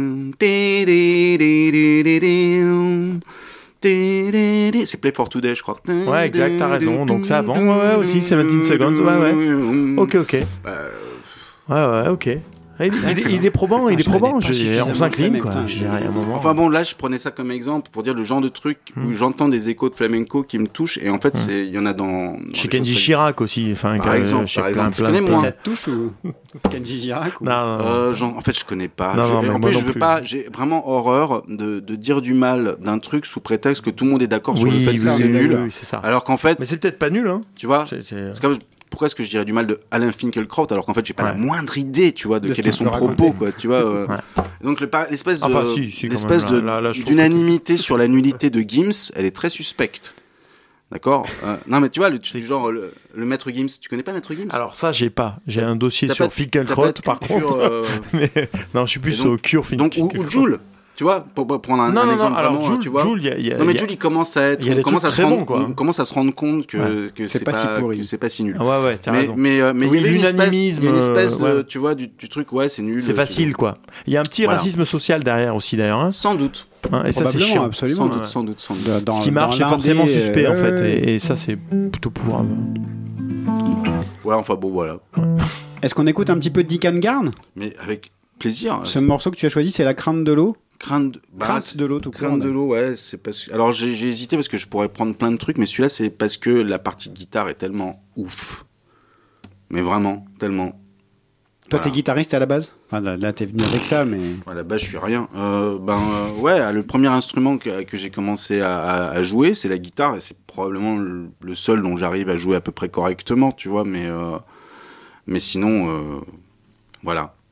Play for Today, je crois. Ouais, exact, t'as raison. Donc ça avant, ouais, aussi 17 Seconds, ouais. Ok. Ouais, ok. Il est probant, on s'incline, quoi. Enfin bon, là, je prenais ça comme exemple pour dire le genre de truc où j'entends des échos de flamenco qui me touchent, et en fait, il y en a dans chez Kenji Girac aussi, enfin, par exemple, je connais moins. Ça te touche ou Kenji Girac ou... Non. En fait, je connais pas. En fait, je veux pas. J'ai vraiment horreur de dire du mal d'un truc sous prétexte que tout le monde est d'accord sur le fait que c'est nul. Oui, c'est ça. Alors qu'en fait, mais c'est peut-être pas nul, hein. Tu vois, c'est comme pourquoi est-ce que je dirais du mal de Alain Finkielkraut alors qu'en fait j'ai pas la moindre idée, tu vois, de quel est son propos, quoi, tu vois. Donc l'espèce de d'unanimité sur la nullité de Gims, elle est très suspecte. D'accord. Non mais tu vois, genre le maître Gims, tu connais pas maître Gims? Alors ça j'ai un dossier sur Finkielkraut par contre. Mais non, je suis plus au Cure Finkielkraut. Donc ou Jul. Tu vois, pour prendre un exemple alors vraiment, tu vois. Jules, Jules, il commence à être, on commence à se rendre compte que c'est pas si nul. Ouais, t'as raison. Mais il y a une espèce de, tu vois, du truc, c'est nul. C'est facile, quoi. Il y a un petit racisme social derrière aussi, d'ailleurs. Hein. Sans doute. Et ça, c'est chiant. Absolument. Sans doute. Ce qui marche, c'est forcément suspect, en fait. Et ça, c'est plutôt pour... Ouais, enfin bon, voilà. Est-ce qu'on écoute un petit peu de Dick Garn? Mais avec plaisir. Ce morceau que tu as choisi, c'est La Crainte de l'eau. Crainte de l'eau, tout Crainte de l'eau, ouais, c'est parce que... Alors j'ai hésité parce que je pourrais prendre plein de trucs, mais celui-là c'est parce que la partie de guitare est tellement ouf. Mais vraiment, tellement. Toi, t'es guitariste à la base? Enfin, là, t'es venu avec ça, mais... À la base, je suis rien. Ouais, le premier instrument que j'ai commencé à jouer, c'est la guitare, et c'est probablement le seul dont j'arrive à jouer à peu près correctement, tu vois, mais sinon, voilà.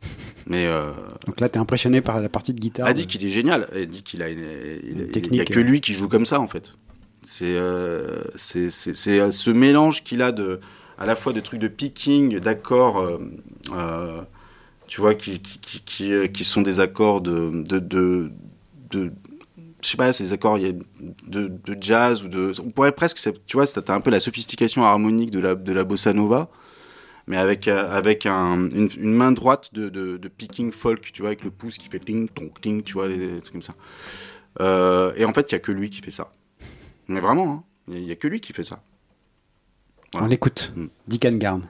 Mais donc là, t'es impressionné par la partie de guitare. a dit qu'il est génial. Il dit qu'il a il y a que lui qui joue comme ça en fait. C'est ce mélange qu'il a à la fois de trucs de picking, d'accords, tu vois, qui sont des accords de je sais pas, c'est des accords de jazz on pourrait presque, tu vois, t'as un peu la sophistication harmonique de la bossa nova. Mais avec une main droite de picking folk, tu vois, avec le pouce qui fait ting, tonk, ting, tu vois, des trucs comme ça. Et en fait, il n'y a que lui qui fait ça. Mais vraiment, hein, il n'y a que lui qui fait ça. Voilà. On l'écoute. Dick Garn.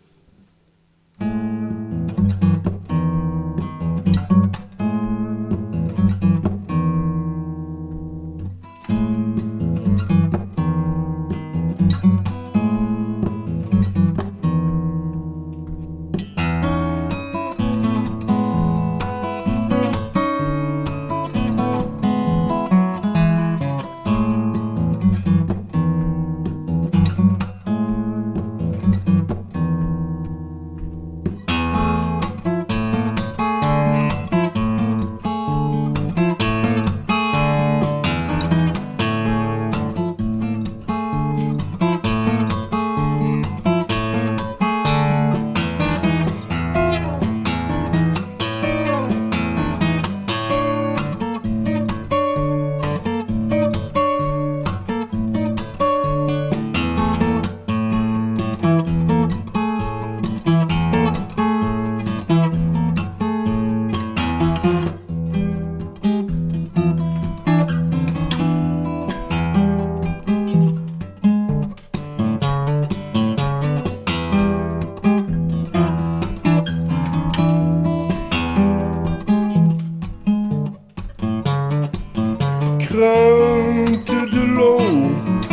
Crainte de l'eau,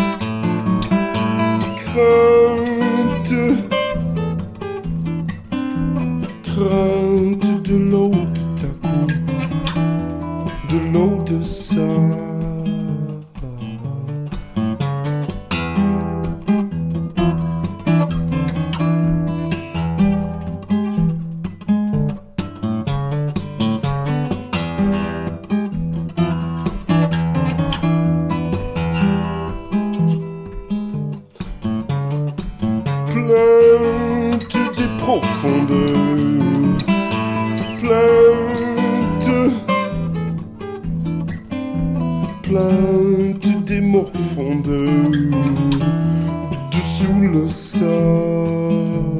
crainte de l'eau tout à coup, de l'eau de ça. Plainte des profondeurs, plainte des morfondeurs, dessous le sable.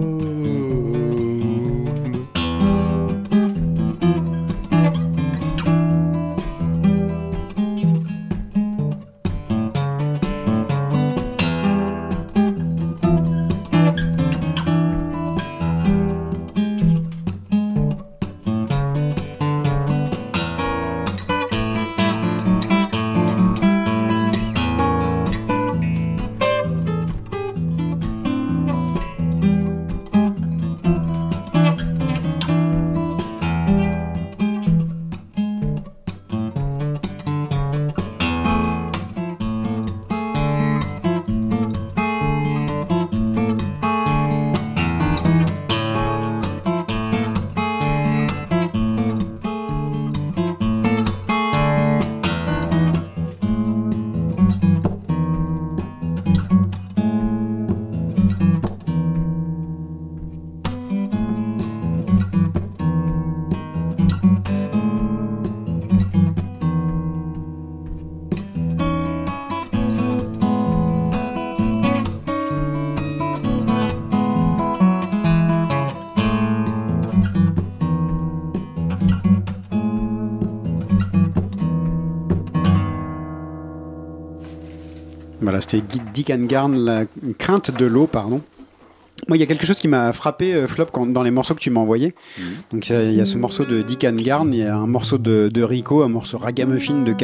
Voilà, c'était Dick Garn, la crainte de l'eau, pardon. Moi, il y a quelque chose qui m'a frappé, Flop, dans les morceaux que tu m'as envoyés. Donc, il y a ce morceau de Dick Garn, il y a un morceau de Rico, un morceau ragamuffin de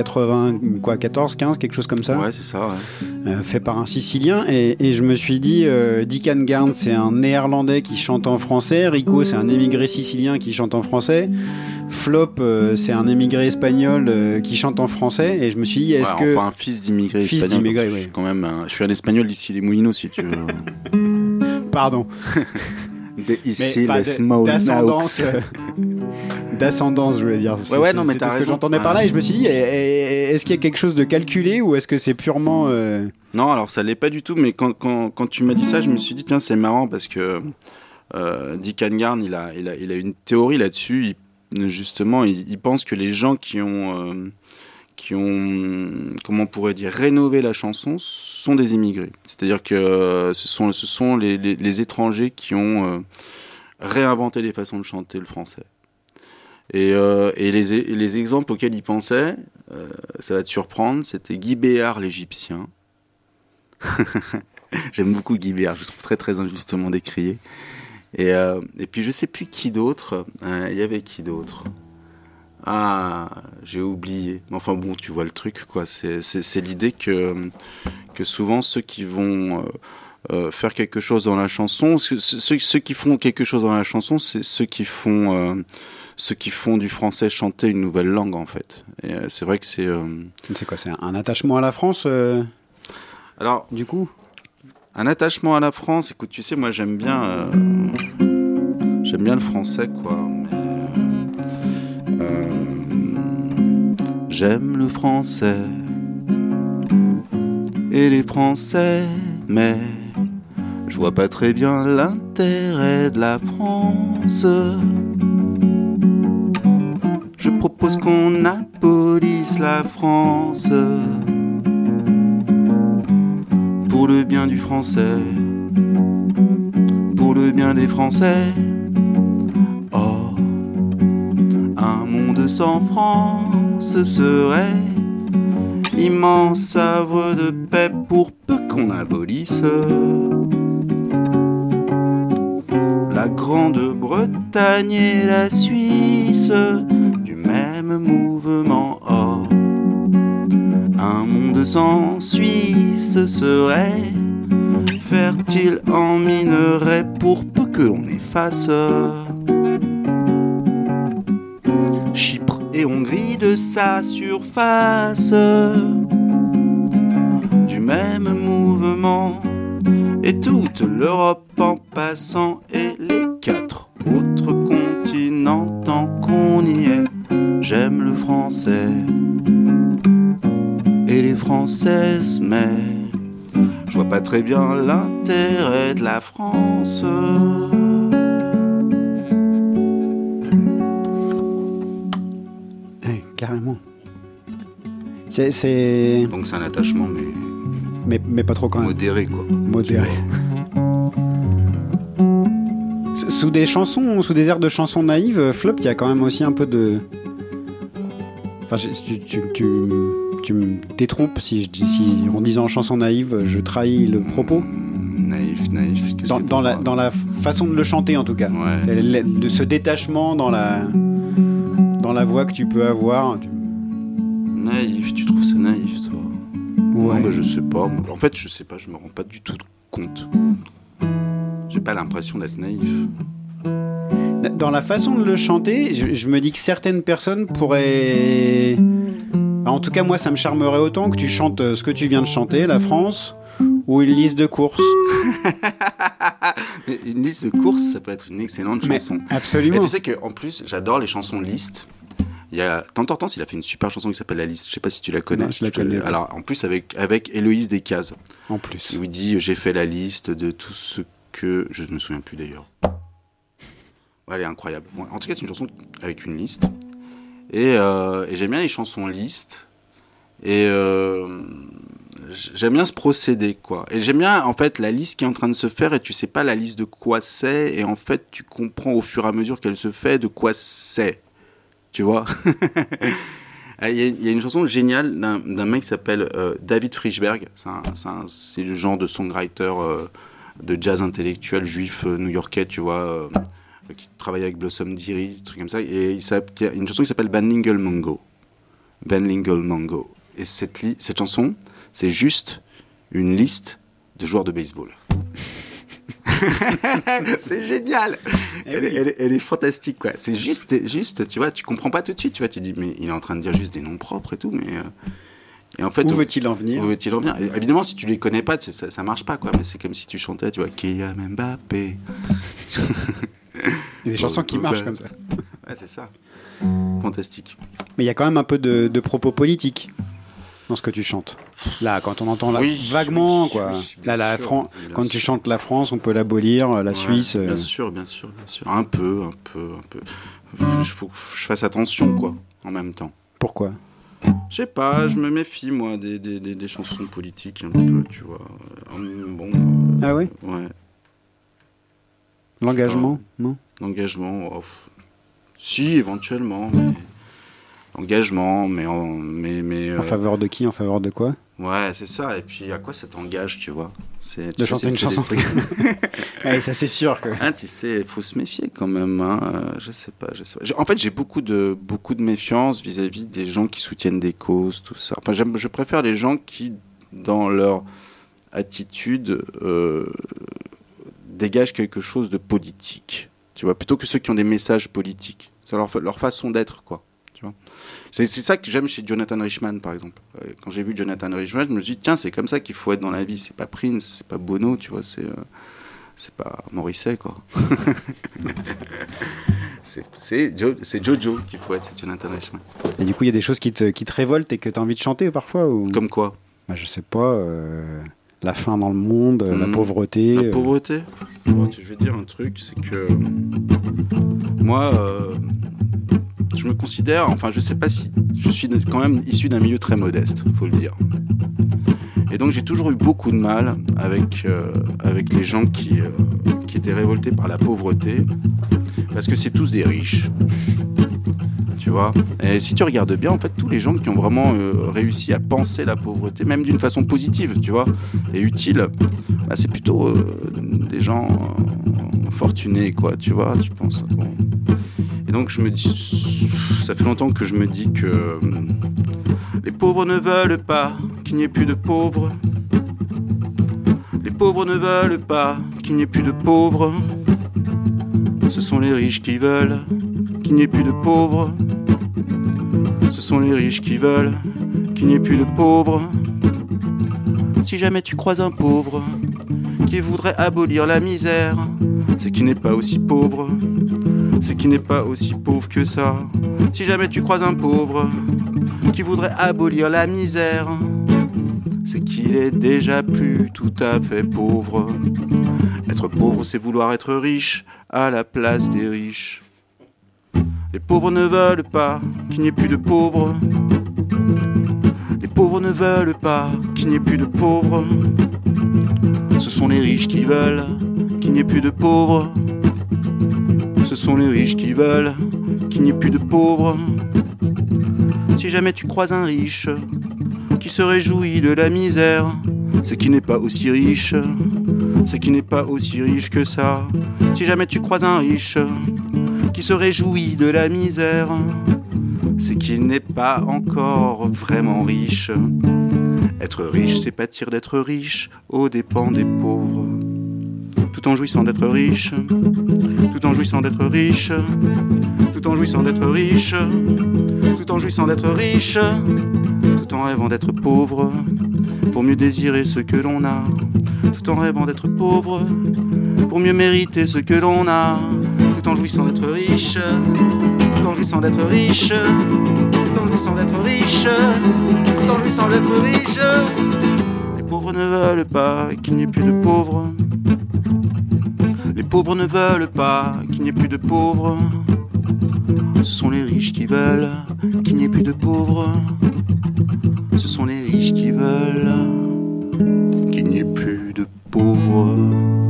14, 15, quelque chose comme ça. Ouais, c'est ça, ouais. Fait par un Sicilien. Et je me suis dit, Dick Garn, c'est un Néerlandais qui chante en français. Rico, c'est un émigré sicilien qui chante en français. Flop, c'est un émigré espagnol qui chante en français. Et je me suis dit, est-ce que... Enfin, un fils d'immigré espagnol. Oui. Je suis un espagnol d'ici les Moulineaux, si tu veux. Pardon. Ici, les small d'ascendance d'ascendance, je voulais dire. Ouais, non, mais c'était t'as ce que raison. j'entendais par là et je me suis dit, est-ce qu'il y a quelque chose de calculé ou est-ce que c'est purement... Non, alors ça l'est pas du tout, mais quand tu m'as dit ça, je me suis dit, tiens, c'est marrant parce que Dick Angarn, il a une théorie là-dessus. Justement, il pense que les gens qui ont comment on pourrait dire, rénové la chanson sont des immigrés. C'est-à-dire que ce sont les étrangers qui ont réinventé les façons de chanter le français. Et les exemples auxquels il pensait, ça va te surprendre, c'était Guy Béard l'Égyptien. J'aime beaucoup Guy Béard, je le trouve très très injustement décrié. Et puis je sais plus qui d'autre, il y avait qui d'autre. Ah, j'ai oublié. Enfin bon, tu vois le truc, quoi. C'est l'idée que souvent ceux qui vont faire quelque chose dans la chanson, ceux qui font quelque chose dans la chanson, c'est ceux qui font du français chanter une nouvelle langue, en fait. Et c'est vrai que c'est... C'est quoi, c'est un attachement à la France Alors, du coup, un attachement à la France, écoute, tu sais, moi j'aime bien le français, quoi. J'aime le français et les Français, mais je vois pas très bien l'intérêt de la France. Je propose qu'on abolisse la France pour le bien du français, pour le bien des Français. Oh, un monde sans France serait immense havre de paix pour peu qu'on abolisse la Grande-Bretagne et la Suisse du même mouvement. Oh, un monde sans Suisse serait fertile en minerais pour peu que l'on efface Chypre et Hongrie de sa surface du même mouvement, et toute l'Europe en passant, et les 4 autres continents tant qu'on y est. J'aime le français et les Françaises, mais je vois pas très bien l'intérêt de la France. Carrément. Donc c'est un attachement, mais pas trop quand même. Modéré, quoi. Modéré. Sous des chansons, sous des airs de chansons naïves, Flop, il y a quand même aussi un peu de... Enfin, tu me détrompes si en disant chanson naïve, je trahis le propos. Naïf. Dans la façon de le chanter, en tout cas. Ouais. De ce détachement dans la voix que tu peux avoir. Naïf, tu trouves ça naïf, toi? Ouais. Non, bah, je sais pas. En fait, je sais pas, je me rends pas du tout compte. J'ai pas l'impression d'être naïf. Dans la façon de le chanter, je me dis que certaines personnes pourraient... En tout cas, moi, ça me charmerait autant que tu chantes ce que tu viens de chanter, la France, ou une liste de courses. Une liste de courses, ça peut être une excellente chanson. Absolument. Et tu sais qu'en plus, j'adore les chansons listes. Il y a Temps, il a fait une super chanson qui s'appelle La Liste. Je sais pas si tu la connais. Non, je la connais. Alors, en plus, avec Héloïse Descazes. En plus. Où il dit, j'ai fait la liste de tout ce que... Je ne me souviens plus d'ailleurs. Ouais, elle est incroyable. Bon, en tout cas, c'est une chanson avec une liste. Et j'aime bien les chansons listes. Et j'aime bien ce procédé, quoi. Et j'aime bien, en fait, la liste qui est en train de se faire et tu sais pas la liste de quoi c'est. Et en fait, tu comprends au fur et à mesure qu'elle se fait de quoi c'est. Tu vois. Il y a une chanson géniale d'un mec qui s'appelle David Frischberg. C'est le genre de songwriter de jazz intellectuel juif new-yorkais, tu vois, qui travaille avec Blossom Dearie, des trucs comme ça. Et il y a une chanson qui s'appelle Van Lingle Mongo. Et cette chanson, c'est juste une liste de joueurs de baseball. C'est génial. Elle est fantastique, quoi. C'est juste, tu vois, tu comprends pas tout de suite, tu vois, tu dis mais il est en train de dire juste des noms propres et tout, mais et en fait, où veut-il en venir? Et évidemment, si tu les connais pas, ça marche pas, quoi. Mais c'est comme si tu chantais, tu vois, Kylian Mbappé. Il y a des chansons qui marchent comme ça. Ouais, c'est ça. Fantastique. Mais il y a quand même un peu de propos politiques dans ce que tu chantes. Là, quand on entend vaguement, quoi. Là, quand tu chantes la France, on peut l'abolir, la Suisse. Bien sûr. Un peu. Il faut que je fasse attention, quoi, en même temps. Pourquoi ? Je sais pas, je me méfie, moi, des chansons politiques, un peu, tu vois. Ah ouais ? Ouais. L'engagement, non ? L'engagement, si, éventuellement, mais... Engagement, mais... En faveur de qui ? En faveur de quoi ? Ouais, c'est ça. Et puis, à quoi ça t'engage, tu vois ? De chanter une chanson. Ouais, ça, c'est sûr. Que... tu sais, il faut se méfier quand même. Hein. Je sais pas. En fait, j'ai beaucoup de méfiance vis-à-vis des gens qui soutiennent des causes, tout ça. Enfin, je préfère les gens qui, dans leur attitude, dégagent quelque chose de politique. Tu vois, plutôt que ceux qui ont des messages politiques. C'est leur façon d'être, quoi. Tu vois. C'est ça que j'aime chez Jonathan Richman, par exemple. Quand j'ai vu Jonathan Richman, je me suis dit, tiens, c'est comme ça qu'il faut être dans la vie. C'est pas Prince, c'est pas Bono, tu vois, c'est pas Morrissey, quoi. c'est Jojo qu'il faut être, Jonathan Richman. Et du coup, il y a des choses qui te révoltent et que tu as envie de chanter parfois ou... Comme quoi ? Je sais pas, la faim dans le monde, la pauvreté. La pauvreté ? Je vais dire un truc, c'est que moi... je me considère, enfin je sais pas si je suis quand même issu d'un milieu très modeste, faut le dire. Et donc j'ai toujours eu beaucoup de mal avec les gens qui étaient révoltés par la pauvreté, parce que c'est tous des riches, tu vois. Et si tu regardes bien, en fait, tous les gens qui ont vraiment réussi à penser la pauvreté, même d'une façon positive, tu vois, et utile, c'est plutôt des gens fortunés, quoi, tu vois, tu penses. Bon. Et donc je me dis, ça fait longtemps que je me dis que les pauvres ne veulent pas qu'il n'y ait plus de pauvres. Les pauvres ne veulent pas qu'il n'y ait plus de pauvres. Ce sont les riches qui veulent qu'il n'y ait plus de pauvres. Ce sont les riches qui veulent qu'il n'y ait plus de pauvres. Si jamais tu croises un pauvre qui voudrait abolir la misère, c'est qu'il n'est pas aussi pauvre. C'est qu'il n'est pas aussi pauvre que ça. Si jamais tu croises un pauvre qui voudrait abolir la misère, c'est qu'il est déjà plus tout à fait pauvre. Être pauvre, c'est vouloir être riche à la place des riches. Les pauvres ne veulent pas qu'il n'y ait plus de pauvres. Les pauvres ne veulent pas qu'il n'y ait plus de pauvres. Ce sont les riches qui veulent qu'il n'y ait plus de pauvres. Ce sont les riches qui veulent qu'il n'y ait plus de pauvres. Si jamais tu croises un riche qui se réjouit de la misère, c'est qu'il n'est pas aussi riche. C'est qu'il n'est pas aussi riche que ça. Si jamais tu croises un riche qui se réjouit de la misère, c'est qu'il n'est pas encore vraiment riche. Être riche, c'est pâtir d'être riche aux dépens des pauvres. Tout en jouissant d'être riche, tout en jouissant d'être riche, tout en jouissant d'être riche, tout en jouissant d'être riche, tout en rêvant d'être pauvre, pour mieux désirer ce que l'on a, tout en rêvant d'être pauvre, pour mieux mériter ce que l'on a, tout en jouissant d'être riche, tout en jouissant d'être riche, tout en jouissant d'être riche, tout en jouissant d'être riche. Les pauvres ne veulent pas qu'il n'y ait plus de pauvres. Les pauvres ne veulent pas qu'il n'y ait plus de pauvres. Ce sont les riches qui veulent qu'il n'y ait plus de pauvres. Ce sont les riches qui veulent qu'il n'y ait plus de pauvres.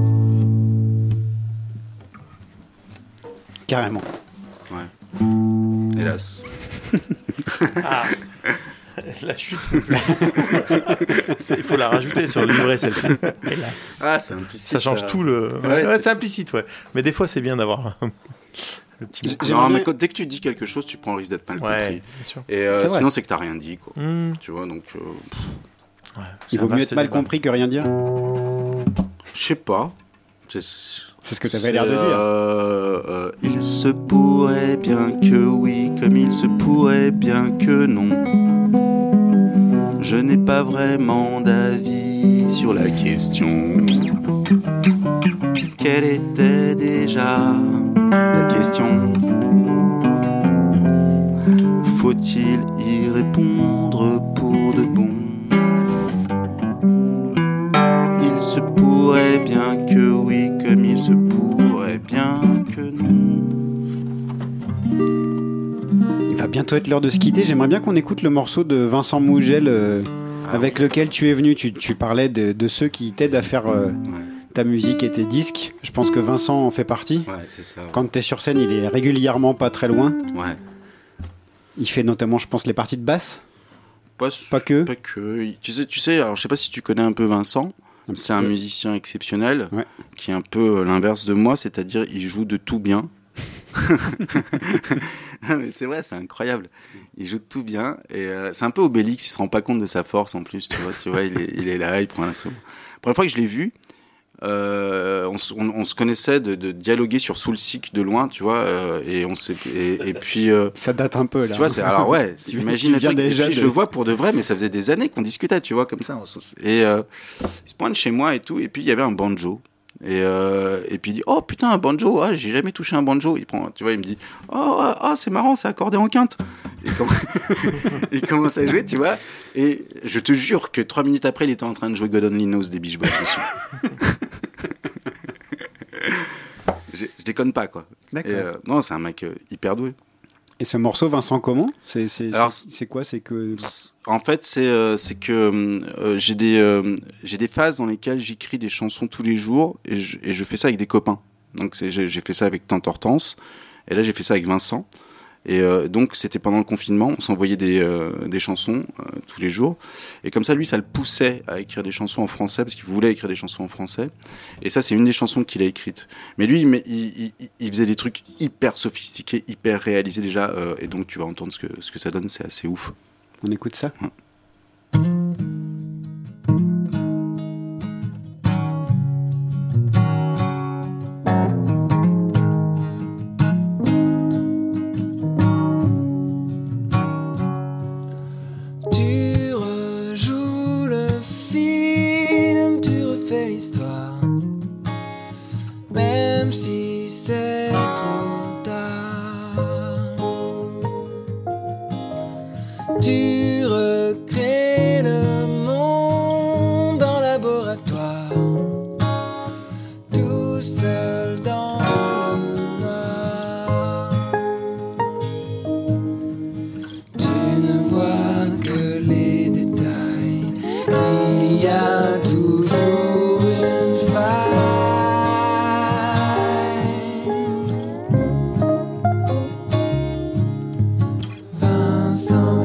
Carrément. Ouais. Hélas. La chute. Il faut la rajouter sur le livret, celle-ci. Hélas. Ah, c'est implicite. Ça change tout le. Ouais, c'est implicite, ouais. Mais des fois, c'est bien d'avoir le petit. Non, mais dès que tu dis quelque chose, tu prends le risque d'être mal compris. Bien sûr. Et sinon, c'est que t'as rien dit, quoi. Tu vois, donc. Il vaut mieux être mal compris que rien dire. Je sais pas. C'est ce que t'avais l'air de dire. Il se pourrait bien que oui, comme il se pourrait bien que non. Je n'ai pas vraiment d'avis sur la question. Quelle était déjà ta question? faut-il y répondre pour de bon? Il se pourrait bien que oui, comme il se pourrait bien que non. Il va bientôt être l'heure de se quitter. J'aimerais bien qu'on écoute le morceau de Vincent Mougel avec lequel tu es venu. Tu parlais de ceux qui t'aident à faire ta musique et tes disques. Je pense que Vincent en fait partie. Ouais, c'est ça. Ouais. Quand tu es sur scène, il est régulièrement pas très loin. Ouais. Il fait notamment, je pense, les parties de basse. Pas que. Tu sais, alors je sais pas si tu connais un peu Vincent. C'est un musicien exceptionnel qui est un peu l'inverse de moi, c'est-à-dire il joue de tout bien. Mais c'est vrai, c'est incroyable. Il joue de tout bien et c'est un peu Obélix, il se rend pas compte de sa force en plus, tu vois, il est là, il prend l'instrument. La première fois que je l'ai vu, on se connaissait de dialoguer sur Soulseek de loin, tu vois, et puis ça date un peu là. Tu vois, alors ouais, imagine le truc. Déjà je le vois pour de vrai, mais ça faisait des années qu'on discutait, tu vois, comme ça. Et il se pointe chez moi et tout, et puis il y avait un banjo. Et puis il dit oh putain un banjo, j'ai jamais touché un banjo. Il prend, tu vois, il me dit oh c'est marrant, c'est accordé en quinte. Et il commence à jouer, tu vois. Et je te jure que 3 minutes après, il était en train de jouer God Only Knows des Beach Boys dessus. Je déconne pas quoi. D'accord. Non, c'est un mec hyper doué. Et ce morceau, Vincent, comment c'est quoi? C'est que en fait, c'est que j'ai des phases dans lesquelles j'écris des chansons tous les jours et je fais ça avec des copains. Donc j'ai fait ça avec Tante Hortense et là j'ai fait ça avec Vincent. Et donc c'était pendant le confinement, on s'envoyait des chansons tous les jours. Et comme ça, lui, ça le poussait à écrire des chansons en français parce qu'il voulait écrire des chansons en français. Et ça, c'est une des chansons qu'il a écrites. Mais lui, il faisait des trucs hyper sophistiqués, hyper réalisés déjà. Et donc tu vas entendre ce que ça donne, c'est assez ouf. On écoute ça. Ouais. Tu recrées le monde en laboratoire, tout seul dans le noir. Tu ne vois que les détails, il y a toujours une faille. Vincent.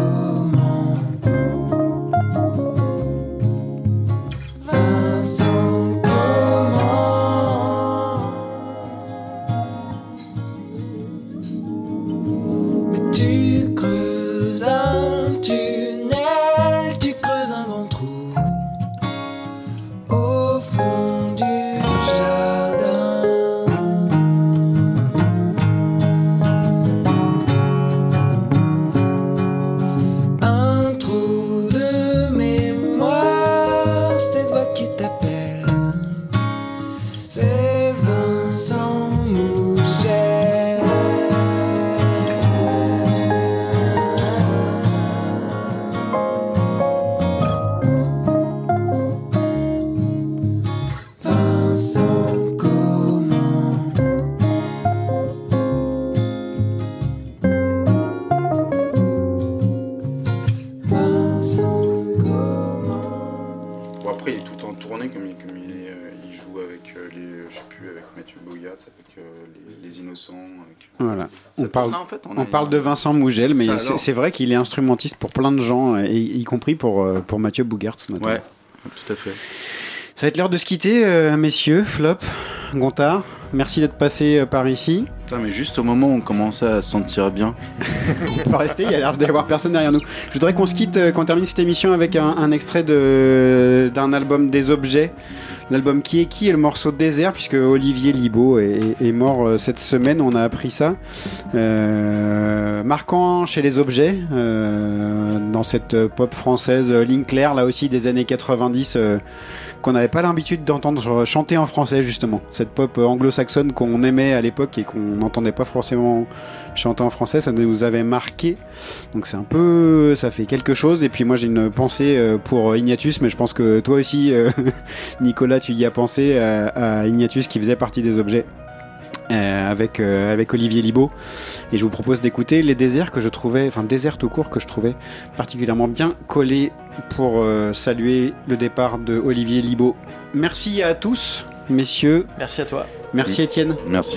On parle de Vincent Mougel, mais c'est vrai qu'il est instrumentiste pour plein de gens, y compris pour Mathieu Bougert notamment. Ouais, tout à fait. Ça va être l'heure de se quitter, messieurs, Flop, Gontard. Merci d'être passé par ici. Putain, mais juste au moment où on commençait à se sentir bien. On peut pas rester, il y a l'air d'y avoir personne derrière nous. Je voudrais qu'on se quitte, qu'on termine cette émission avec un extrait d'un album Des Objets. L'album Qui est le morceau Désert, puisque Olivier Libaud est mort cette semaine, on a appris ça. Marquant chez les Objets, dans cette pop française ligne claire, là aussi des années 90, qu'on n'avait pas l'habitude d'entendre chanter en français justement. Cette pop anglo-saxonne qu'on aimait à l'époque et qu'on n'entendait pas forcément chanter en français, ça nous avait marqué. Donc c'est un peu, ça fait quelque chose. Et puis moi j'ai une pensée pour Ignatius, mais je pense que toi aussi, Nicolas, tu y as pensé à Ignatius qui faisait partie des objets. Avec Olivier Libaud, et je vous propose d'écouter Les Déserts que je trouvais, enfin Désert tout court, que je trouvais particulièrement bien collé pour saluer le départ de Olivier Libaud. Merci à tous, messieurs. Merci à toi. Merci Étienne. Merci.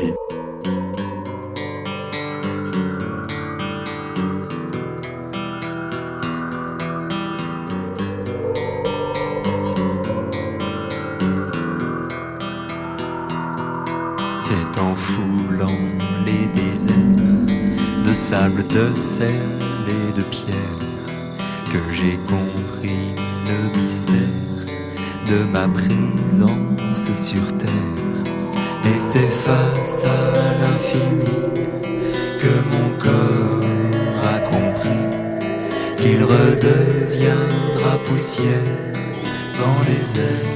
C'est en foulant les déserts de sable, de sel et de pierre que j'ai compris le mystère de ma présence sur terre. Et c'est face à l'infini que mon corps a compris qu'il redeviendra poussière dans les airs,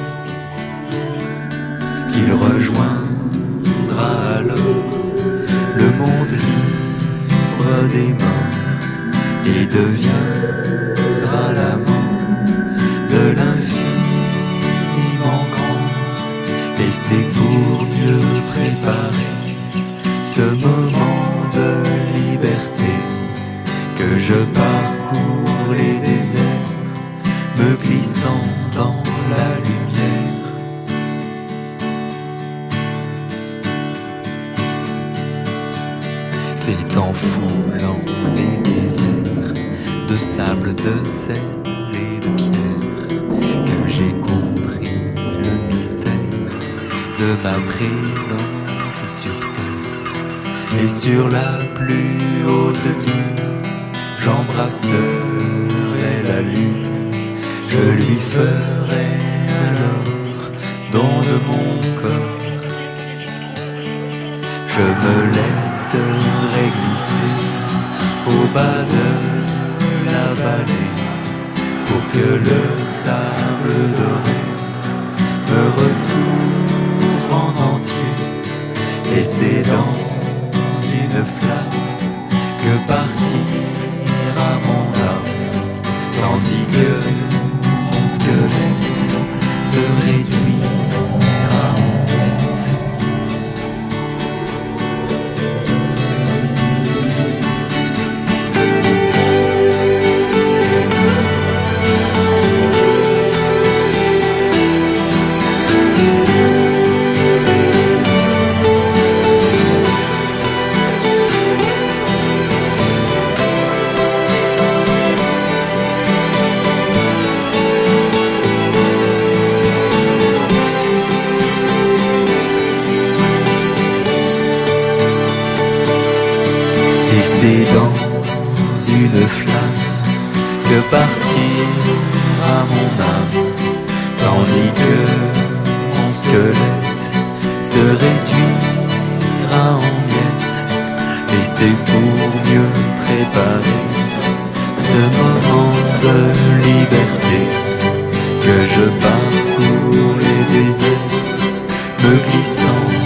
qu'il rejoindra alors le monde libre des morts et deviendra l'amant de l'infiniment grand. Et c'est pour mieux préparer ce moment de liberté que je parcours les déserts, me glissant dans la lumière. C'est en foulant les déserts de sable, de sel et de pierre que j'ai compris le mystère de ma présence sur terre. Et sur la plus haute dune, j'embrasserai la lune, je lui ferai alors don de mon corps. Je me laisserai glisser au bas de la vallée pour que le sable doré me recouvre en entier. Et c'est dans une flamme que partira mon âme, tandis que mon squelette se réduira en miettes. C'est dans une flamme que partira mon âme, tandis que mon squelette se réduira en miettes. Et c'est pour mieux préparer ce moment de liberté que je parcours les déserts, me glissant